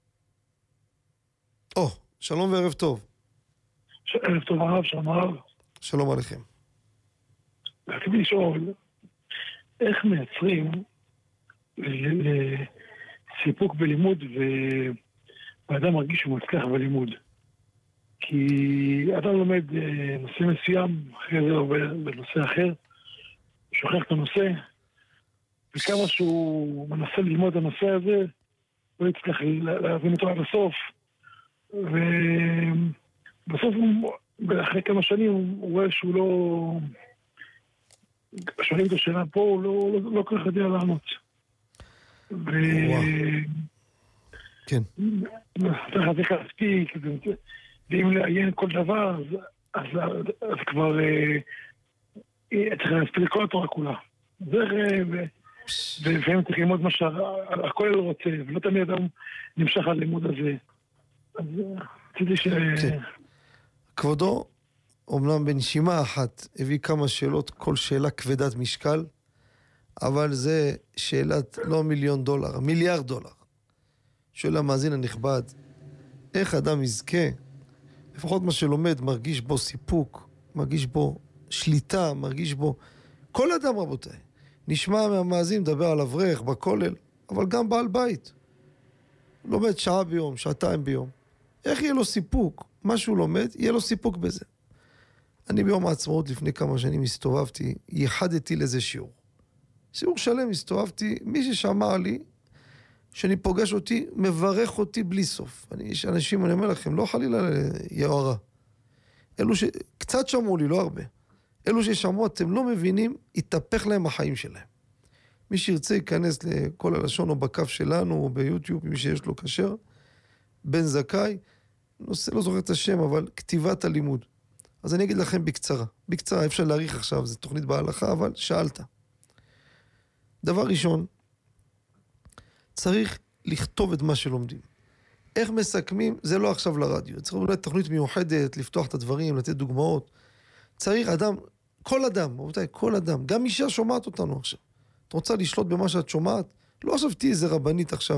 או, שלום וערב טוב. ערב טוב הרב, שלום הרב. שלום עליכם. רציתי לשאול, איך מייצרים סיפוק בלימוד ואדם מרגיש שהוא מצליח בלימוד? כי אדם לומד נושא מסוים, אחרי זה עובר בנושא אחר, שוכח את הנושא, וכמה שהוא מנסה ללמוד את הנושא הזה, לא יצליח להבין אותו עד הסוף, ובסוף אחרי כמה שנים הוא רואה שהוא לא... שואלים את השאלה פה, הוא לא, לא, לא כל כך יודע לענות. ו... כן. צריך זה כספי, ואם לעיין כל דבר, אז, אז, אז כבר צריך להספיק כל התורה כולה. זה... ולפעמים צריך ללמוד מה שהכולל רוצה, ולא תמיד אדם נמשך על לימוד הזה. אז רציתי ש... כבודו, אומנם בנשימה אחת הביא כמה שאלות, כל שאלה כבדת משקל, אבל זה שאלת לא מיליון דולר, מיליארד דולר. שואל המאזין הנכבד, איך אדם יזכה, לפחות מה שלומד, מרגיש בו סיפוק, מרגיש בו שליטה, מרגיש בו... כל אדם רבותיי, נשמע מהמאזין מדבר על אברך בכולל, אבל גם בעל בית. לומד שעה ביום, שעתיים ביום. איך יהיה לו סיפוק? מה שהוא לומד, יהיה לו סיפוק בזה. אני ביום העצמאות לפני כמה שנים הסתובבתי, ייחדתי לזה שיעור. שיעור שלם הסתובבתי, מי ששמע לי, שאני פוגש אותי, מברך אותי בלי סוף. אני, יש אנשים, אני אומר לכם, לא חלילה יערה. אלו שקצת שמעו לי, לא הרבה. אלו ששמעו, אתם לא מבינים, יתהפך להם החיים שלהם. מי שירצה ייכנס לכל הלשון או בקף שלנו, או ביוטיוב, מי שיש לו כשר, בן זכאי, נושא, לא זוכר את השם, אבל כתיבת הלימוד. אז אני אגיד לכם בקצרה. בקצרה, אפשר להאריך עכשיו, זו תוכנית בהלכה, אבל שאלת. דבר ראשון, צריך לכתוב את מה שלומדים. איך מסכמים? זה לא עכשיו לרדיו. צריך אולי תוכנית מיוחדת, לפתוח את הדברים, לתת דוגמאות. צריך אדם, כל אדם, רבותיי, כל אדם, גם אישה שומעת אותנו עכשיו. את רוצה לשלוט במה שאת שומעת? לא עכשיו תהי איזה רבנית עכשיו.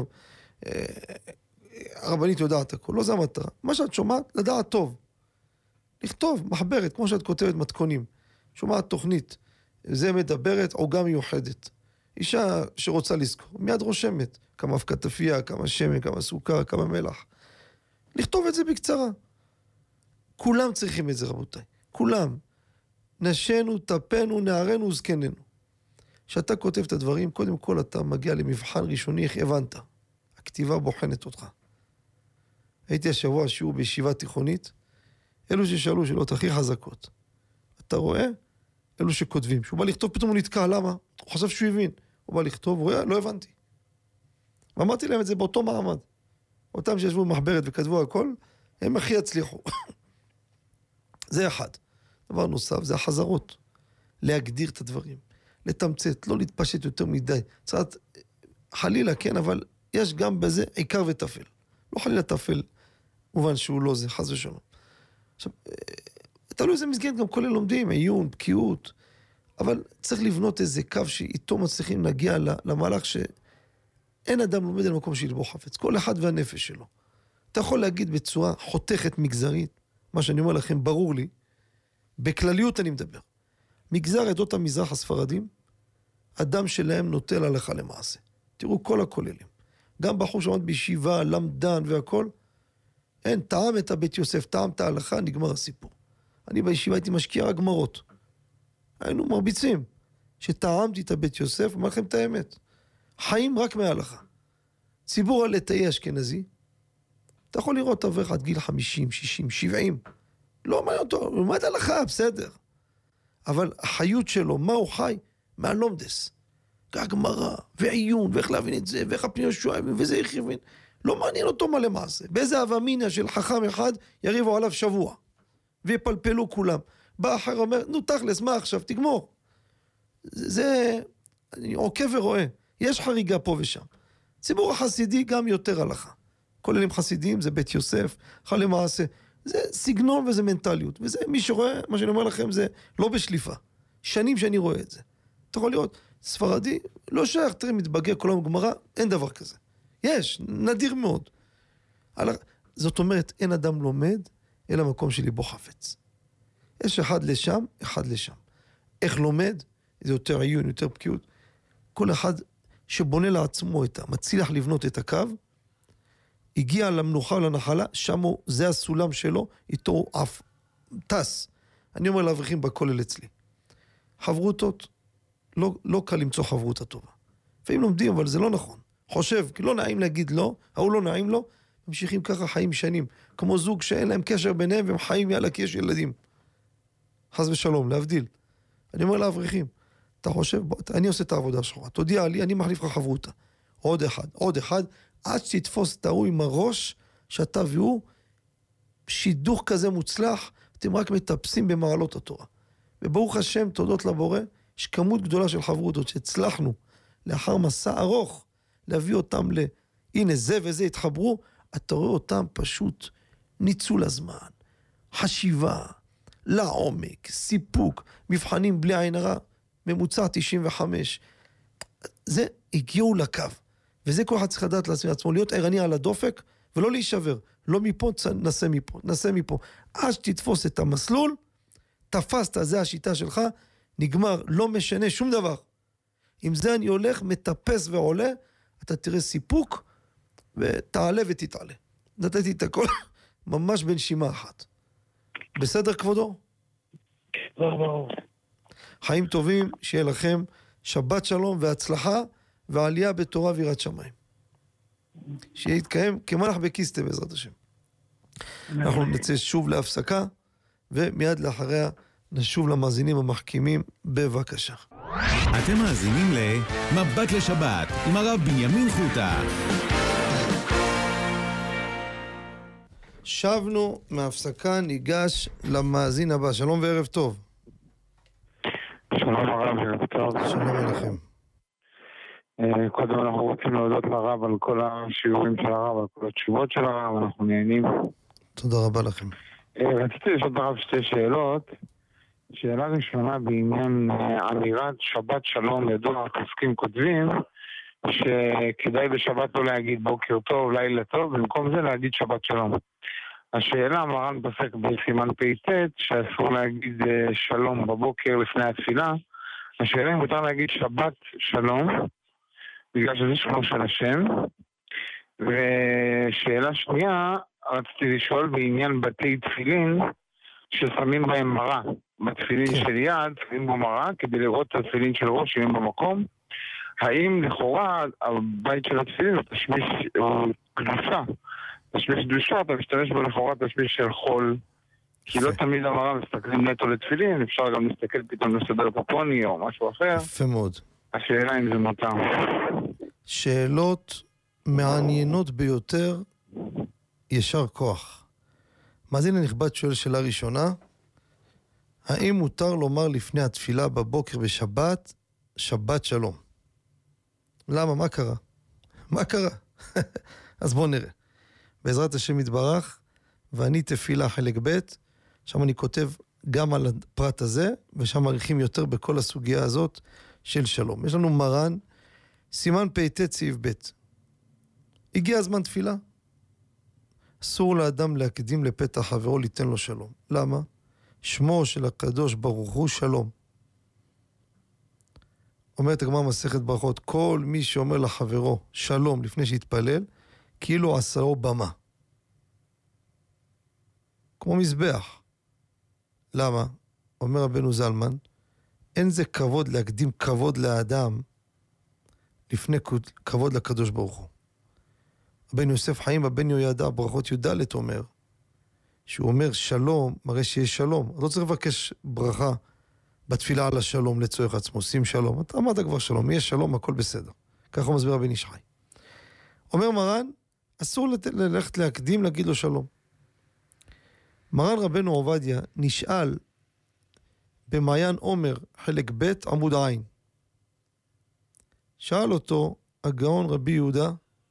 הרבנית יודעת הכל, לא זה המטרה. מה שאת שומעת, לדעת טוב. לכתוב, מחברת, כמו שאת כותבת מתכונים. שומעת תוכנית, זה מדברת, עוגה מיוחדת. אישה שרוצה לזכור, מיד רושמת. כמה אבקתפיה, כמה שמן, כמה סוכר, כמה מלח. לכתוב את זה בקצרה. כולם צריכים את זה, רבותיי. כולם. נשנו, טפנו, נערנו, זקננו. כשאתה כותב את הדברים, קודם כל אתה מגיע למבחן ראשוני, איך הבנת. הכתיבה בוחנת אותך. הייתי השבוע שיעור בישיבה תיכונית, אלו ששאלו שאלות הכי חזקות. אתה רואה? אלו שכותבים. שהוא בא לכתוב, פתאום הוא נתקע, למה? הוא חשב שהוא הבין. הוא בא לכתוב, הוא רואה, לא הבנתי. ואמרתי להם את זה באותו מעמד. אותם שישבו במחברת וכתבו הכל, הם הכי הצליחו. זה אחד. דבר נוסף, זה החזרות. להגדיר את הדברים. לתמצת, לא להתפשט יותר מדי. קצת חלילה, כן, אבל יש גם בזה עיקר וטפל. לא חלילה טפל, מובן שהוא לא זה, חס ושלום. עכשיו, תלוי איזה מסגרת גם כולל לומדים, עיון, בקיאות, אבל צריך לבנות איזה קו שאיתו מצליחים להגיע למהלך שאין אדם לומד על מקום שילבו חפץ. כל אחד והנפש שלו. אתה יכול להגיד בצורה חותכת מגזרית, מה שאני אומר לכם ברור לי, בכלליות אני מדבר. מגזר עדות המזרח הספרדים, אדם שלהם נוטל הלכה למעשה. תראו כל הכוללים. גם בחור שעמד בישיבה, למדן והכל, אין, טעם את הבית יוסף, טעם את ההלכה, נגמר הסיפור. אני בישיבה הייתי משקיע רק גמרות. היינו מרביצים. שטעמתי את הבית יוסף, אומר לכם את האמת. חיים רק מההלכה. ציבור הלטאי אשכנזי, אתה יכול לראות אברך עד גיל חמישים, שישים, שבעים. לא מעניין אותו, הוא עומד הלכה, בסדר. אבל החיות שלו, מה הוא חי? מהלומדס. הגמרא, ועיון, ואיך להבין את זה, ואיך הפנייה שואבים, וזה איך יבין. לא מעניין אותו מה למעשה. באיזה אבמיניה של חכם אחד יריבו עליו שבוע. ויפלפלו כולם. בא אחר אומר, נו תכלס, מה עכשיו? תגמור. זה, אני עוקב ורואה. יש חריגה פה ושם. ציבור החסידי גם יותר הלכה. כוללים חסידים, זה בית יוסף, חל למעשה. זה סגנון וזה מנטליות. וזה, מי שרואה, מה שאני אומר לכם, זה לא בשליפה. שנים שאני רואה את זה. אתה יכול לראות, ספרדי, לא שייך, תראה, מתבגע כל היום גמרא, אין דבר כזה. יש, נדיר מאוד. זאת אומרת, אין אדם לומד, אלא מקום שליבו חפץ. יש אחד לשם, אחד לשם. איך לומד? זה יותר עיון, יותר בקיאות. כל אחד שבונה לעצמו את המצליח לבנות את הקו, הגיע למנוחה ולנחלה, שם הוא, זה הסולם שלו, איתו הוא אף, טס. אני אומר לאברכים בכולל אצלי. חברותות, לא, לא קל למצוא חברותה טובה. לפעמים לומדים, אבל זה לא נכון. חושב, כי לא נעים להגיד לא, ההוא לא נעים לו, ממשיכים ככה חיים שנים, כמו זוג שאין להם קשר ביניהם, והם חיים יאללה כי יש ילדים. חס ושלום, להבדיל. אני אומר לאברכים, אתה חושב, בוא, אני עושה את העבודה שלך, תודיע לי, אני מחליף לך חברותה. עוד אחד, עוד אחד, עד שתתפוס את ההוא עם הראש, שאתה והוא, שידוך כזה מוצלח, אתם רק מטפסים במעלות התורה. וברוך השם, תודות לבורא, יש כמות גדולה של חברותות שהצלחנו, לאחר מסע ארוך, להביא אותם ל... הנה זה וזה התחברו, אתה רואה אותם פשוט ניצול הזמן, חשיבה, לעומק, סיפוק, מבחנים בלי עין הרע, ממוצע תשעים וחמש. זה הגיעו לקו, וזה כל אחד צריך לדעת לעצמו, להיות ערני על הדופק, ולא להישבר, לא מפה, נסה מפה, נסה מפה. עד שתתפוס את המסלול, תפסת, זה השיטה שלך, נגמר, לא משנה שום דבר. עם זה אני הולך, מטפס ועולה, אתה תראה סיפוק, ותעלה ותתעלה. נתתי את הכל ממש בנשימה אחת. בסדר כבודו? ברור. חיים טובים, שיהיה לכם שבת שלום והצלחה, ועלייה בתורה ויראת שמיים. שיתקיים כמלאך בכיסטה בעזרת השם. אנחנו נצא שוב להפסקה, ומיד לאחריה נשוב למאזינים המחכימים, בבקשה. אתם מאזינים למבט לשבת עם הרב בנימין חוטה. שבנו מהפסקה, ניגש למאזין הבא. שלום וערב טוב. שלום הרב, ערב טוב. שלום עליכם. קודם אנחנו רוצים להודות לרב על כל השיעורים של הרב, על כל התשובות של הרב, אנחנו נהנים. תודה רבה לכם. רציתי לשאול את הרב שתי שאלות. שאלה ראשונה בעניין אמירת שבת שלום, ידוע, הפוסקים כותבים שכדאי בשבת לא להגיד בוקר טוב, לילה טוב, במקום זה להגיד שבת שלום. השאלה, מרן פוסק בסימן פ"ט שאסור להגיד שלום בבוקר לפני התפילה. השאלה אם מותר להגיד שבת שלום, בגלל שזה שמו של השם. ושאלה שנייה, רציתי לשאול בעניין בתי תפילין ששמים בהם מראה. בתפילין של יד, שמים בו מראה, כדי לראות את התפילין של ראש שמים במקום. האם לכאורה הבית של התפילין הוא תשמיש קדושה? תשמיש קדושה, אתה משתמש בו לכאורה תשמיש של חול. כי לא תמיד המראה מסתכלים נטו לתפילין, אפשר גם להסתכל פתאום לסדר פפוני או משהו אחר. יפה מאוד. השאלה אם זה מותר. שאלות מעניינות ביותר, ישר כוח. מאזין הנכבד שואל שאלה ראשונה, האם מותר לומר לפני התפילה בבוקר בשבת, שבת שלום? למה? מה קרה? מה קרה? אז בואו נראה. בעזרת השם יתברך, ואני תפילה חלק ב', שם אני כותב גם על הפרט הזה, ושם מעריכים יותר בכל הסוגיה הזאת של שלום. יש לנו מרן, סימן פ"ט סעיף ב'. הגיע הזמן תפילה. אסור לאדם להקדים לפתח חברו ליתן לו שלום. למה? שמו של הקדוש ברוך הוא שלום. אומרת הגמרא מסכת ברכות, כל מי שאומר לחברו שלום לפני שיתפלל, כאילו עשאו במה. כמו מזבח. למה? אומר רבנו זלמן, אין זה כבוד להקדים כבוד לאדם לפני כבוד לקדוש ברוך הוא. הבן יוסף חיים, הבן יהוידע, ברכות י"ד אומר, שהוא אומר שלום, מראה שיש שלום. אתה לא צריך לבקש ברכה בתפילה על השלום לצורך עצמו, שים שלום. אתה אמרת כבר שלום, יש שלום, הכל בסדר. ככה הוא מסביר הבן איש חי. אומר מרן, אסור ללכת להקדים להגיד לו שלום. מרן רבנו עובדיה נשאל במעיין עומר, חלק ב' עמוד עין. שאל אותו הגאון רבי יהודה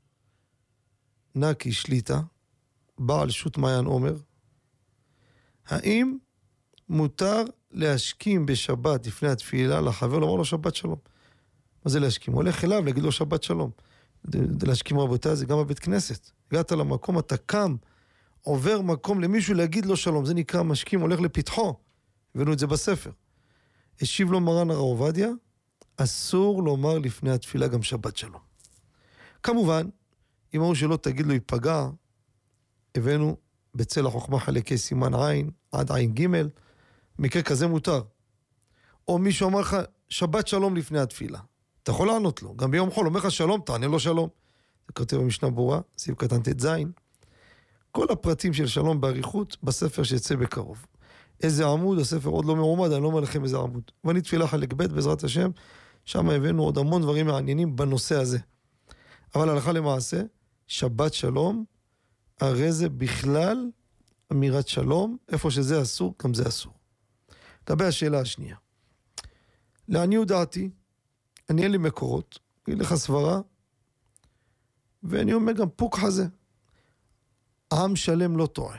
נקי שליטה, בעל שו"ת מעיין עומר, האם מותר להשכים בשבת לפני התפילה לחבר, לומר לו שבת שלום? מה זה להשכים? הוא הולך אליו להגיד לו שבת שלום. להשכים רבותיי זה גם בבית כנסת. הגעת למקום, אתה קם, עובר מקום למישהו להגיד לו שלום, זה נקרא משכים, הולך לפתחו. הבאנו את זה בספר. השיב לו מרן הרב עובדיה, אסור לומר לפני התפילה גם שבת שלום. כמובן, אם אמרו שלא תגיד לו ייפגע, הבאנו בצל החוכמה חלקי סימן עין עד עין ג', מקרה כזה מותר. או מישהו אמר לך שבת שלום לפני התפילה, אתה יכול לענות לו, גם ביום חול אומר לך שלום, תענה לו שלום. זה כותב במשנה ברורה, סעיף קטן ט"ז. כל הפרטים של שלום בעריכות בספר שיצא בקרוב. איזה עמוד, הספר עוד לא מעומד, אני לא אומר לכם איזה עמוד. ואני תפילה חלק ב' בעזרת השם, שם הבאנו עוד המון דברים מעניינים בנושא הזה. אבל הלכה למעשה, שבת שלום, הרי זה בכלל אמירת שלום, איפה שזה אסור, גם זה אסור. לגבי השאלה השנייה. לעניות דעתי, אני אין לי מקורות, אגיד לך סברה, ואני אומר גם פוק חזה. עם שלם לא טועה.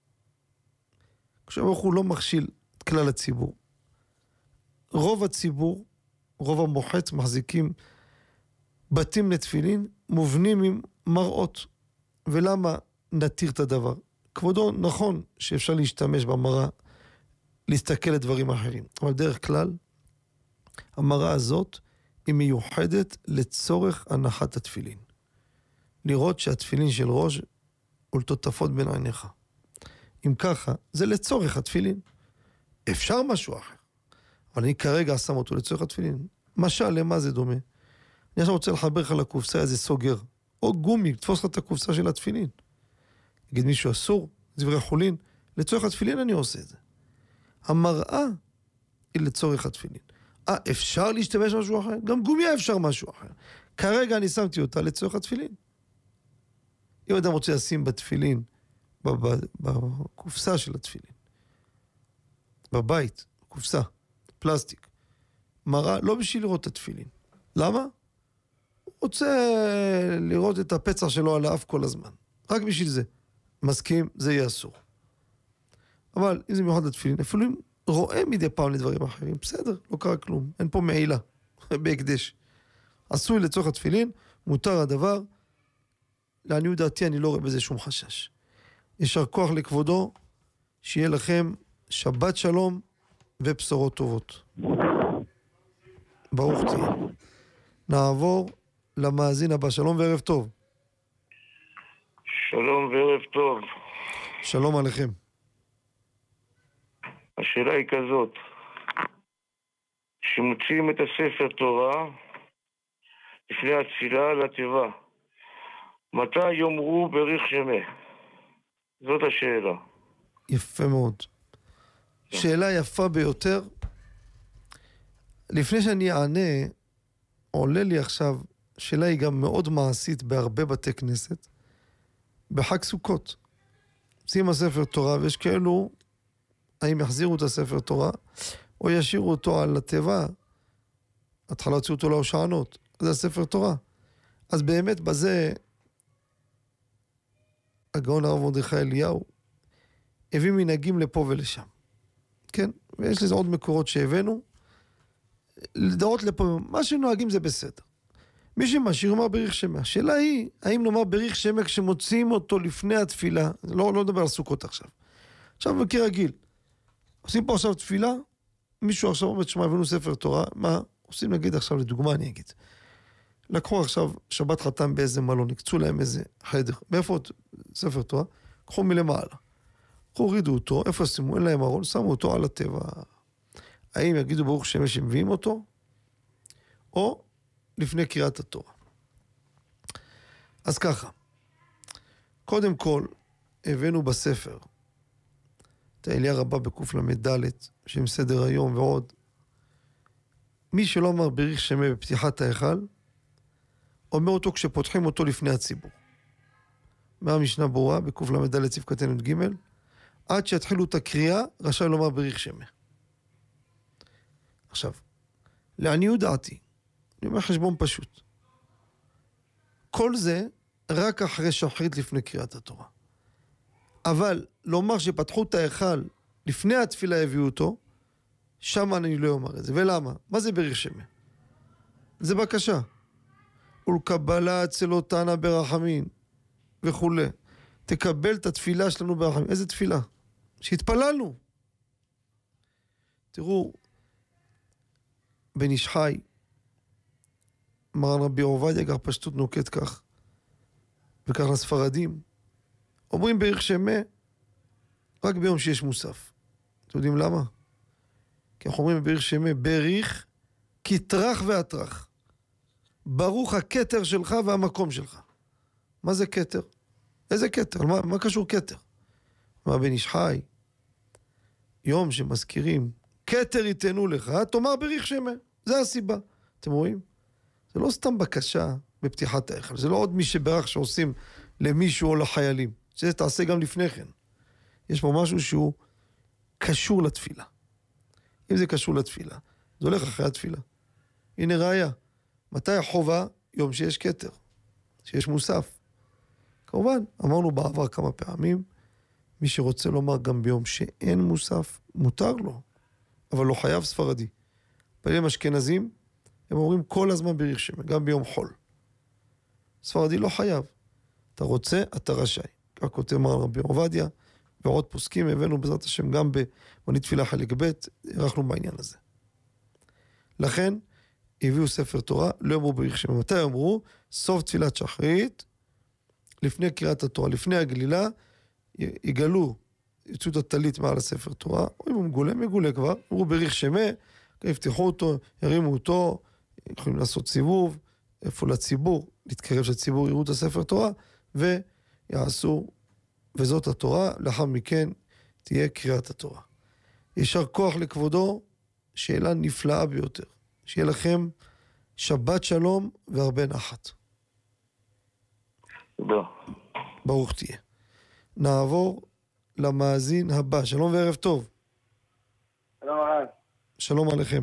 כשברוך הוא לא מכשיל את כלל הציבור. רוב הציבור, רוב המוחץ, מחזיקים בתים לתפילין, מובנים עם מראות. ולמה נתיר את הדבר? כבודו, נכון שאפשר להשתמש במראה, להסתכל לדברים אחרים. אבל דרך כלל, המראה הזאת היא מיוחדת לצורך הנחת התפילין. לראות שהתפילין של ראש ולטוטפות בין עיניך. אם ככה, זה לצורך התפילין. אפשר משהו אחר. אבל אני כרגע שם אותו לצורך התפילין. משל, למה זה דומה? אני עכשיו רוצה לחבר לך לקופסה איזה סוגר. או גומי, תפוס לך את הקופסה של התפילין. יגיד מישהו אסור, דברי חולין. לצורך התפילין אני עושה את זה. המראה היא לצורך התפילין. אה, אפשר להשתמש משהו אחר? גם גומיה אפשר משהו אחר. כרגע אני שמתי אותה לצורך התפילין. אם אדם רוצה לשים בתפילין, בקופסה של התפילין, בבית, קופסה, פלסטיק, מראה, לא בשביל לראות את התפילין. למה? הוא רוצה לראות את הפצע שלו על האף כל הזמן. רק בשביל זה. מסכים, זה יהיה אסור. אבל אם זה מיוחד לתפילין, אפילו אם רואה מדי פעם לדברים אחרים, בסדר, לא קרה כלום. אין פה מעילה, בהקדש. עשוי לצורך התפילין, מותר הדבר, לעניות דעתי אני לא רואה בזה שום חשש. ישר כוח לכבודו, שיהיה לכם שבת שלום ובשורות טובות. ברוך תהיה. נעבור למאזין הבא. שלום וערב טוב. שלום וערב טוב. שלום עליכם. השאלה היא כזאת, שמוצאים את הספר תורה לפני התפילה לתיבה, מתי יאמרו בריך שמה? זאת השאלה. יפה מאוד. שאלה יפה ביותר. לפני שאני אענה, עולה לי עכשיו, שאלה היא גם מאוד מעשית בהרבה בתי כנסת, בחג סוכות. שים הספר תורה, ויש כאלו, האם יחזירו את הספר תורה, או ישאירו אותו על התיבה, התחלה הוציאו אותו להושענות, זה הספר תורה. אז באמת בזה, הגאון הרב מרדכי אליהו, הביא מנהגים לפה ולשם. כן? ויש לזה עוד מקורות שהבאנו, לדעות לפה, מה שנוהגים זה בסדר. מי שמשאיר אומר בריך שמה. השאלה היא, האם נאמר בריך שמה כשמוצאים אותו לפני התפילה, לא, לא נדבר על סוכות עכשיו. עכשיו מכיר רגיל, עושים פה עכשיו תפילה, מישהו עכשיו אומר, שמה, הבאנו ספר תורה, מה? עושים נגיד עכשיו, לדוגמה אני אגיד, לקחו עכשיו שבת חתם באיזה מלון, נקצו להם איזה חדר, מאיפה ספר תורה? קחו מלמעלה. הורידו אותו, איפה שימו? אין להם ארון, שמו אותו על הטבע. האם יגידו ברוך שמש שמביאים אותו? או לפני קריאת התורה. אז ככה, קודם כל, הבאנו בספר, את האליה רבה בקוף למדלת, שם סדר היום ועוד. מי שלא אמר בריך שמה בפתיחת ההיכל, אומר אותו כשפותחים אותו לפני הציבור. מהמשנה ברורה, בקוף למדלת סעיף קטן י"ג, עד שיתחילו את הקריאה, רשאי לומר בריך שמה. עכשיו, לעניות דעתי, אני אומר חשבון פשוט. כל זה רק אחרי שחרית לפני קריאת התורה. אבל לומר שפתחו את ההיכל לפני התפילה הביאו אותו, שם אני לא אומר את זה. ולמה? מה זה בריך שמה? זה בקשה. ולקבלה צלותנה ברחמין וכו'. תקבל את התפילה שלנו ברחמין. איזה תפילה? שהתפללנו. תראו, בן איש חי, מרן רבי עובדיה גר פשטות נוקט כך, וכך לספרדים, אומרים בריך שמה רק ביום שיש מוסף. אתם יודעים למה? כי אנחנו אומרים בריך שמה, בריך כי טרח והטרח. ברוך הכתר שלך והמקום שלך. מה זה כתר? איזה כתר? מה, מה קשור כתר? מה בן איש חי? יום שמזכירים, כתר ייתנו לך, תאמר בריך שמה. זה הסיבה. אתם רואים? זה לא סתם בקשה בפתיחת ההיכל. זה לא עוד מי שברך שעושים למישהו או לחיילים. זה תעשה גם לפני כן. יש פה משהו שהוא קשור לתפילה. אם זה קשור לתפילה, זה הולך אחרי התפילה. הנה ראיה. מתי החובה? יום שיש כתר. שיש מוסף. כמובן, אמרנו בעבר כמה פעמים, מי שרוצה לומר גם ביום שאין מוסף, מותר לו. אבל לא חייב ספרדי. פעמים אשכנזים, הם אומרים כל הזמן בריך שמה, גם ביום חול. ספרדי לא חייב. אתה רוצה, אתה רשאי. כך כותב מרן רבי עובדיה, ועוד פוסקים, הבאנו בעזרת השם גם במונית תפילה חלק ב', ערכנו בעניין הזה. לכן, הביאו ספר תורה, לא אמרו בריך שמה. מתי אמרו? סוף תפילת שחרית, לפני קריאת התורה, לפני הגלילה, יגלו, יצאו את הטלית מעל הספר תורה, או אם הוא מגולה, מגולה כבר, אמרו בריך שמה, יפתחו אותו, ירימו אותו, יכולים לעשות סיבוב, איפה לציבור, להתקרב שהציבור יראו את הספר תורה, ויעשו, וזאת התורה, לאחר מכן תהיה קריאת התורה. ישר כוח לכבודו, שאלה נפלאה ביותר. שיהיה לכם שבת שלום והרבה נחת. תודה. ברוך תהיה. נעבור למאזין הבא. שלום וערב טוב. שלום הרב. שלום עליכם.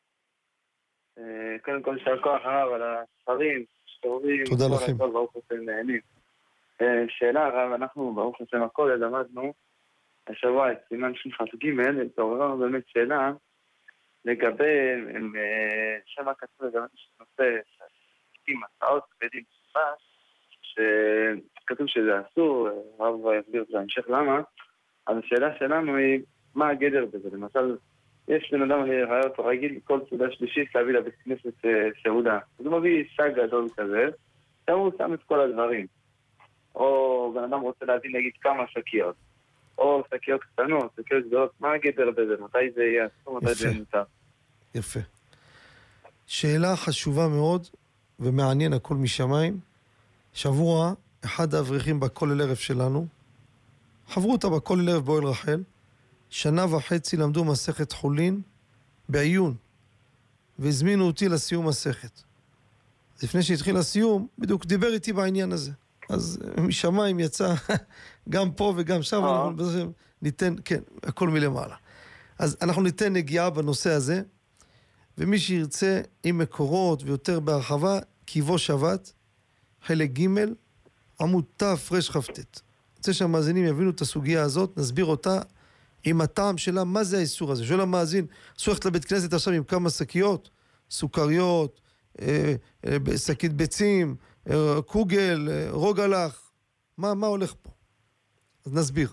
קודם כל יישר כוח הרב על הספרים, שטובים. תודה לכם. ברוך השם נהנים. שאלה הרב, אנחנו ברוך השם הכל למדנו השבוע את סימן שנחת ג' התעוררה באמת שאלה לגבי שם הכתוב לגבי נושא עם הצעות כבדים ספס שכתוב שזה אסור, הרב יסביר את זה המשך למה, אז השאלה שלנו היא מה הגדר בזה. למשל יש בן אדם, אני רואה אותו רגיל כל סעודה שלישית להביא לבית כנסת סעודה, אז הוא מביא שק גדול כזה, שם הוא שם את כל הדברים, או בן אדם רוצה להביא נגיד כמה שקיות, או שקיות קטנות, שקיות גדולות, מה הגדר בזה? מתי זה יהיה? מתי זה נמצא? יפה. שאלה חשובה מאוד ומעניין הכל משמיים. שבוע, אחד האברכים בכולל ערב שלנו, חברו אותה בכולל ערב באוהל רחל, שנה וחצי למדו מסכת חולין בעיון, והזמינו אותי לסיום מסכת. לפני שהתחיל הסיום, בדיוק דיבר איתי בעניין הזה. אז משמיים יצא גם פה וגם שם, אנחנו ניתן, כן, הכל מלמעלה. אז אנחנו ניתן נגיעה בנושא הזה, ומי שירצה עם מקורות ויותר בהרחבה, קיבו שבת, חלק ג' עמוד ת' רש כ"ט. רוצה שהמאזינים יבינו את הסוגיה הזאת, נסביר אותה עם הטעם שלה, מה זה האיסור הזה. שואל המאזין, אסור ללכת לבית כנסת עכשיו עם כמה שקיות, סוכריות, אה, אה, שקית ביצים, אה, קוגל, אה, רוגלח, מה, מה הולך פה? אז נסביר.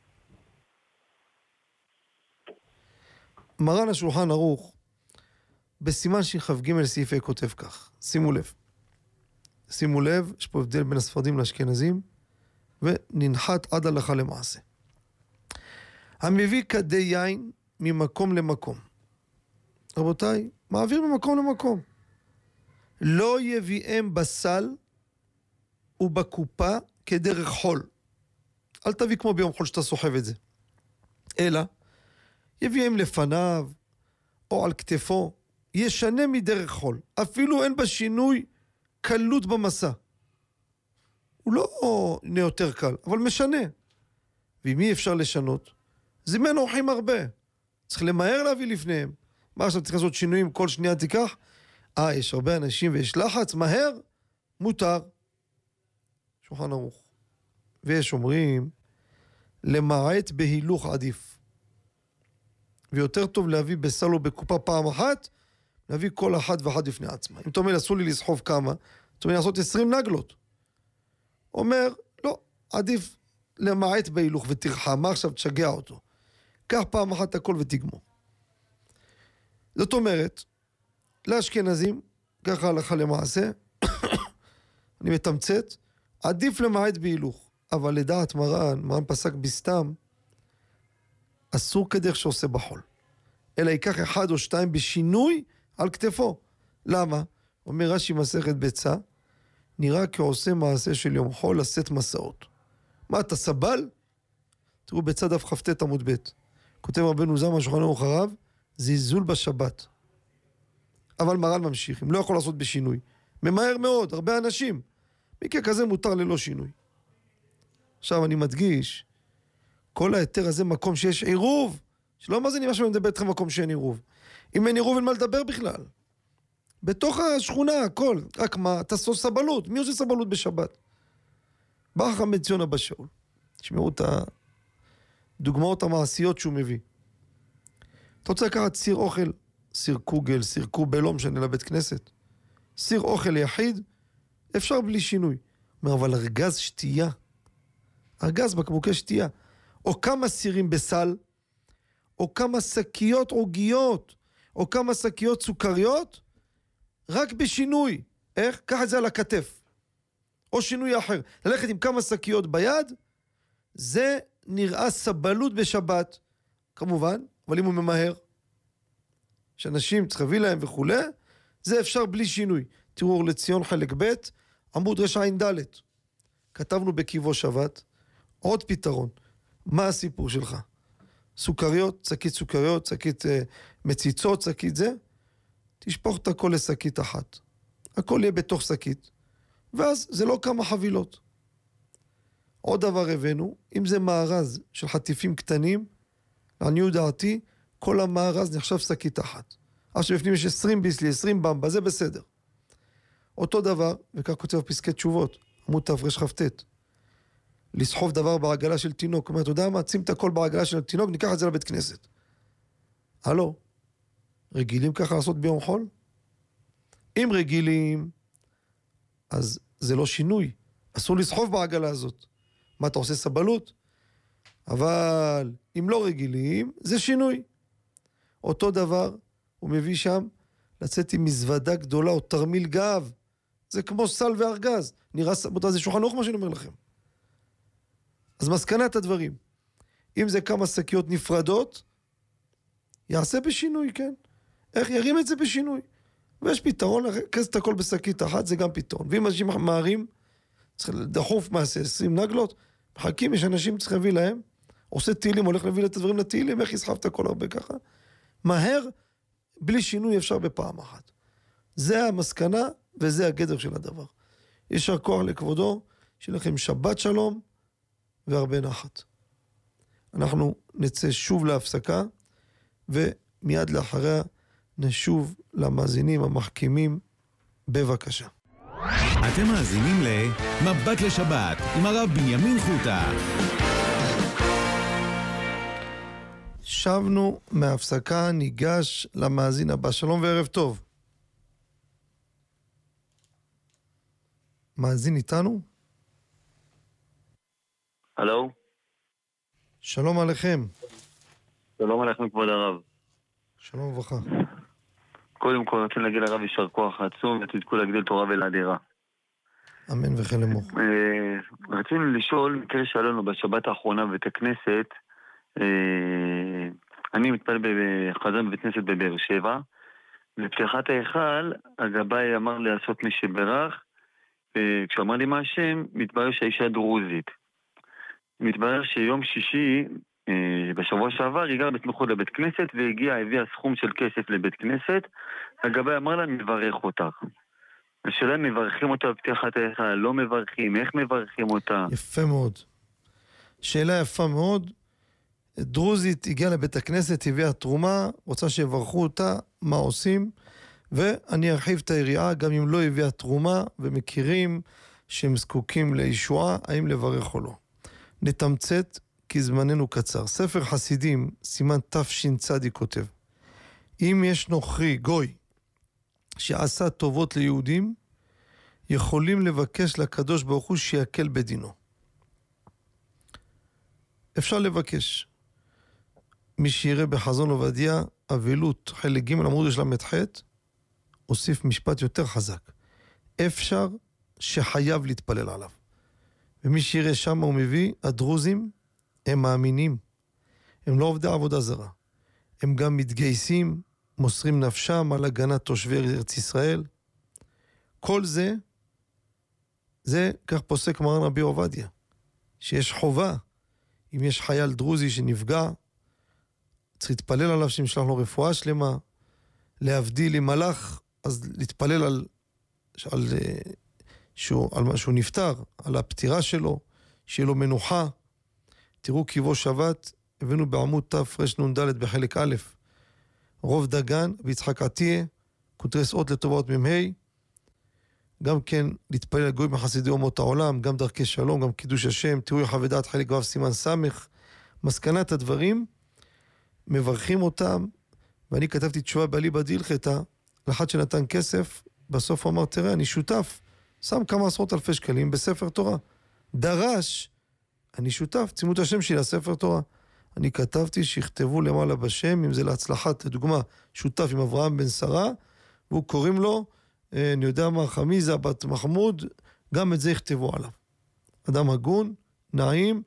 מרן השולחן ערוך, בסימן שכ"ג סעיפי כותב כך, שימו לב. שימו לב, יש פה הבדל בין הספרדים לאשכנזים, וננחת עד הלכה למעשה. המביא כדי יין ממקום למקום. רבותיי, מעביר ממקום למקום. לא יביאם בסל ובקופה כדרך חול. אל תביא כמו ביום חול שאתה סוחב את זה. אלא, יביאים לפניו, או על כתפו, ישנה מדרך חול. אפילו אין בה שינוי קלות במסע. הוא לא נהיה יותר קל, אבל משנה. ואם אי אפשר לשנות, זימן אורחים הרבה. צריך למהר להביא לפניהם. מה עכשיו צריך לעשות שינויים כל שנייה תיקח? אה, יש הרבה אנשים ויש לחץ, מהר, מותר. שולחן ערוך. ויש אומרים, למעט בהילוך עדיף. ויותר טוב להביא בסל או בקופה פעם אחת, להביא כל אחת ואחת לפני עצמה. אם אתה אומר, אסור לי לסחוב כמה, אתה אומר, לעשות עשרים נגלות. אומר, לא, עדיף למעט בהילוך ותרחם, מה עכשיו תשגע אותו. קח פעם אחת הכל ותגמור. זאת אומרת, לאשכנזים, ככה הלכה למעשה, אני מתמצת, עדיף למעט בהילוך, אבל לדעת מרן, מרן פסק בסתם, אסור כדרך שעושה בחול. אלא ייקח אחד או שתיים בשינוי על כתפו. למה? אומר רש"י מסכת ביצה, נראה כעושה מעשה של יום חול לשאת מסעות. מה, אתה סבל? תראו בצד דף כ"ט עמוד ב'. כותב רבנו זלמן שולחן ערוך הרב, זלזול בשבת. אבל מרן ממשיך, אם לא יכול לעשות בשינוי. ממהר מאוד, הרבה אנשים. מקרה כזה מותר ללא שינוי. עכשיו אני מדגיש, כל היתר הזה מקום שיש עירוב, שלא מה זה נראה שאני מדבר איתכם מקום שאין עירוב. אם אין עירוב אין מה לדבר בכלל. בתוך השכונה, הכל. רק מה, תעשו סבלות. מי עושה סבלות בשבת? בא חכם בן ציון אבא שאול. תשמעו את הדוגמאות המעשיות שהוא מביא. אתה רוצה לקחת סיר אוכל, סיר קוגל, סיר קובל, לא משנה לבית כנסת. סיר אוכל יחיד, אפשר בלי שינוי. אומר, אבל ארגז שתייה, ארגז בקבוקי שתייה, או כמה סירים בסל, או כמה שקיות עוגיות, או כמה שקיות סוכריות, רק בשינוי. איך? קח את זה על הכתף. או שינוי אחר. ללכת עם כמה שקיות ביד, זה נראה סבלות בשבת. כמובן, אבל אם הוא ממהר, שאנשים צריכים להם וכו', זה אפשר בלי שינוי. תראו אור לציון חלק ב', עמוד רשעים ד'. כתבנו בקיבו שבת, עוד פתרון. מה הסיפור שלך? סוכריות, שקית סוכריות, שקית אה, מציצות, שקית זה, תשפוך את הכל לשקית אחת. הכל יהיה בתוך שקית. ואז זה לא כמה חבילות. עוד דבר הבאנו, אם זה מארז של חטיפים קטנים, לעניות דעתי, כל המארז נחשב שקית אחת. עכשיו בפנים יש עשרים ביסלי, עשרים במבה, זה בסדר. אותו דבר, וכך כותב פסקי תשובות, עמוד תרש כ"ט. לסחוב דבר בעגלה של תינוק. אומר, אתה יודע מה? שים את הכל בעגלה של תינוק, ניקח את זה לבית כנסת. הלו, רגילים ככה לעשות ביום חול? אם רגילים, אז זה לא שינוי. אסור לסחוב בעגלה הזאת. מה, אתה עושה סבלות? אבל אם לא רגילים, זה שינוי. אותו דבר, הוא מביא שם, לצאת עם מזוודה גדולה או תרמיל גב. זה כמו סל וארגז. נראה סבota, זה שולחן ערוך מה שאני אומר לכם. אז מסקנת הדברים. אם זה כמה שקיות נפרדות, יעשה בשינוי, כן? איך ירים את זה בשינוי? ויש פתרון, כזה את הכל בשקית אחת, זה גם פתרון. ואם אנשים מערים, צריך דחוף מעשה, עשרים נגלות, מחכים, יש אנשים צריך להביא להם, עושה טילים, הולך להביא את הדברים לטילים, איך יסחב את הכל הרבה ככה? מהר, בלי שינוי אפשר בפעם אחת. זה המסקנה, וזה הגדר של הדבר. ישר כוח לכבודו, שיהיה לכם שבת שלום, והרבה נחת. אנחנו נצא שוב להפסקה, ומיד לאחריה נשוב למאזינים המחכימים. בבקשה. אתם מאזינים למבט לשבת עם הרב בנימין חוטה. שבנו מהפסקה, ניגש למאזין הבא. שלום וערב טוב. מאזין איתנו? הלו? שלום עליכם. שלום עליכם כבוד הרב. שלום וברכה. קודם כל רצינו להגיד לרב יישר כוח עצום ותזכו להגדיל תורה ולאדירה. אמן וכן אמור. רצינו לשאול, מקרה שעלינו בשבת האחרונה בבית הכנסת, אני מתפלל בחזן בבית כנסת בבאר שבע, בפתיחת ההיכל הגבאי אמר לי לעשות משברך, כשאמר לי מה השם, מתברר שהאישה דרוזית. מתברר שיום שישי, בשבוע שעבר, היא גרה בסמוכות לבית כנסת, והגיעה, הביאה סכום של כסף לבית כנסת. הגבאי אמר לה, מברך אותך. השאלה אם מברכים אותה בפתיחת ההיכל, לא מברכים, איך מברכים אותה? יפה מאוד. שאלה יפה מאוד. דרוזית הגיעה לבית הכנסת, הביאה תרומה, רוצה שיברכו אותה, מה עושים? ואני ארחיב את היריעה, גם אם לא הביאה תרומה, ומכירים שהם זקוקים לישועה, האם לברך או לא. נתמצת, כי זמננו קצר. ספר חסידים, סימן תש"צ כותב, אם יש נוכרי, גוי, שעשה טובות ליהודים, יכולים לבקש לקדוש ברוך הוא שיקל בדינו. אפשר לבקש. מי שיראה בחזון עובדיה, אבלות, חלק ג' עמוד של"ח, הוסיף משפט יותר חזק. אפשר שחייב להתפלל עליו. ומי שיראה שם הוא מביא, הדרוזים הם מאמינים. הם לא עובדי עבודה זרה. הם גם מתגייסים, מוסרים נפשם על הגנת תושבי ארץ ישראל. כל זה, זה כך פוסק מרן רבי עובדיה, שיש חובה, אם יש חייל דרוזי שנפגע, צריך להתפלל עליו שנשלח לו רפואה שלמה, להבדיל עם מלאך, אז להתפלל על, על, שהוא, על מה שהוא נפטר, על הפטירה שלו, שיהיה לו מנוחה. תראו קיבו שבת, הבאנו בעמוד תרנ"ד בחלק א', רוב דגן, ביצחק עטיה, קונטרס אות לטובות ממהי, גם כן להתפלל על גוי מחסידי אומות העולם, גם דרכי שלום, גם קידוש השם, תראו יחווה דעת חלק ו' סימן סמך, מסקנת הדברים, מברכים אותם, ואני כתבתי תשובה באליבא דהלכתא, לאחד שנתן כסף, בסוף הוא אמר, תראה, אני שותף, שם כמה עשרות אלפי שקלים בספר תורה, דרש, אני שותף, שימו את השם שלי לספר תורה. אני כתבתי שיכתבו למעלה בשם, אם זה להצלחת, לדוגמה, שותף עם אברהם בן שרה, והוא קוראים לו, אני יודע מה, חמיזה בת מחמוד, גם את זה יכתבו עליו. אדם הגון, נעים,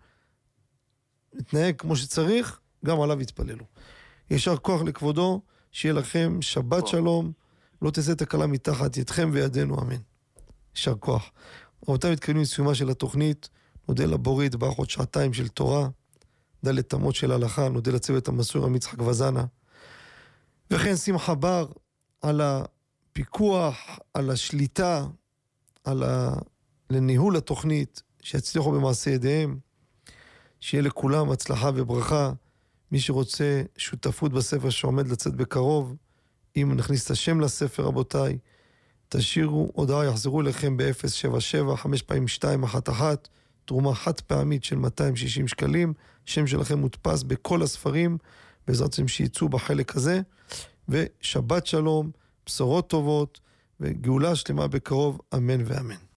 מתנהג כמו שצריך, גם עליו יתפללו. ישר כוח לכבודו, שיהיה לכם שבת שלום, לא תעשה תקלה מתחת ידכם וידינו, אמן. ישר כוח. רבותיי, מתקדמים לסיומה של התוכנית, נודה לבורא יתברך עוד שעתיים של תורה, ד' תמות של הלכה, נודה לצוות המסור רבי יצחק וזנה, וכן שמחה בר על הפיקוח, על השליטה, על ה... לניהול התוכנית, שיצליחו במעשה ידיהם, שיהיה לכולם הצלחה וברכה. מי שרוצה שותפות בספר שעומד לצאת בקרוב, אם נכניס את השם לספר, רבותיי, תשאירו הודעה, יחזרו לכם ב-אפס שבע שבע חמש פעמים שתיים אחת אחת, תרומה חד פעמית של מאתיים ושישים שקלים, שם שלכם מודפס בכל הספרים, בעזרת השם שיצאו בחלק הזה, ושבת שלום, בשורות טובות, וגאולה שלמה בקרוב, אמן ואמן.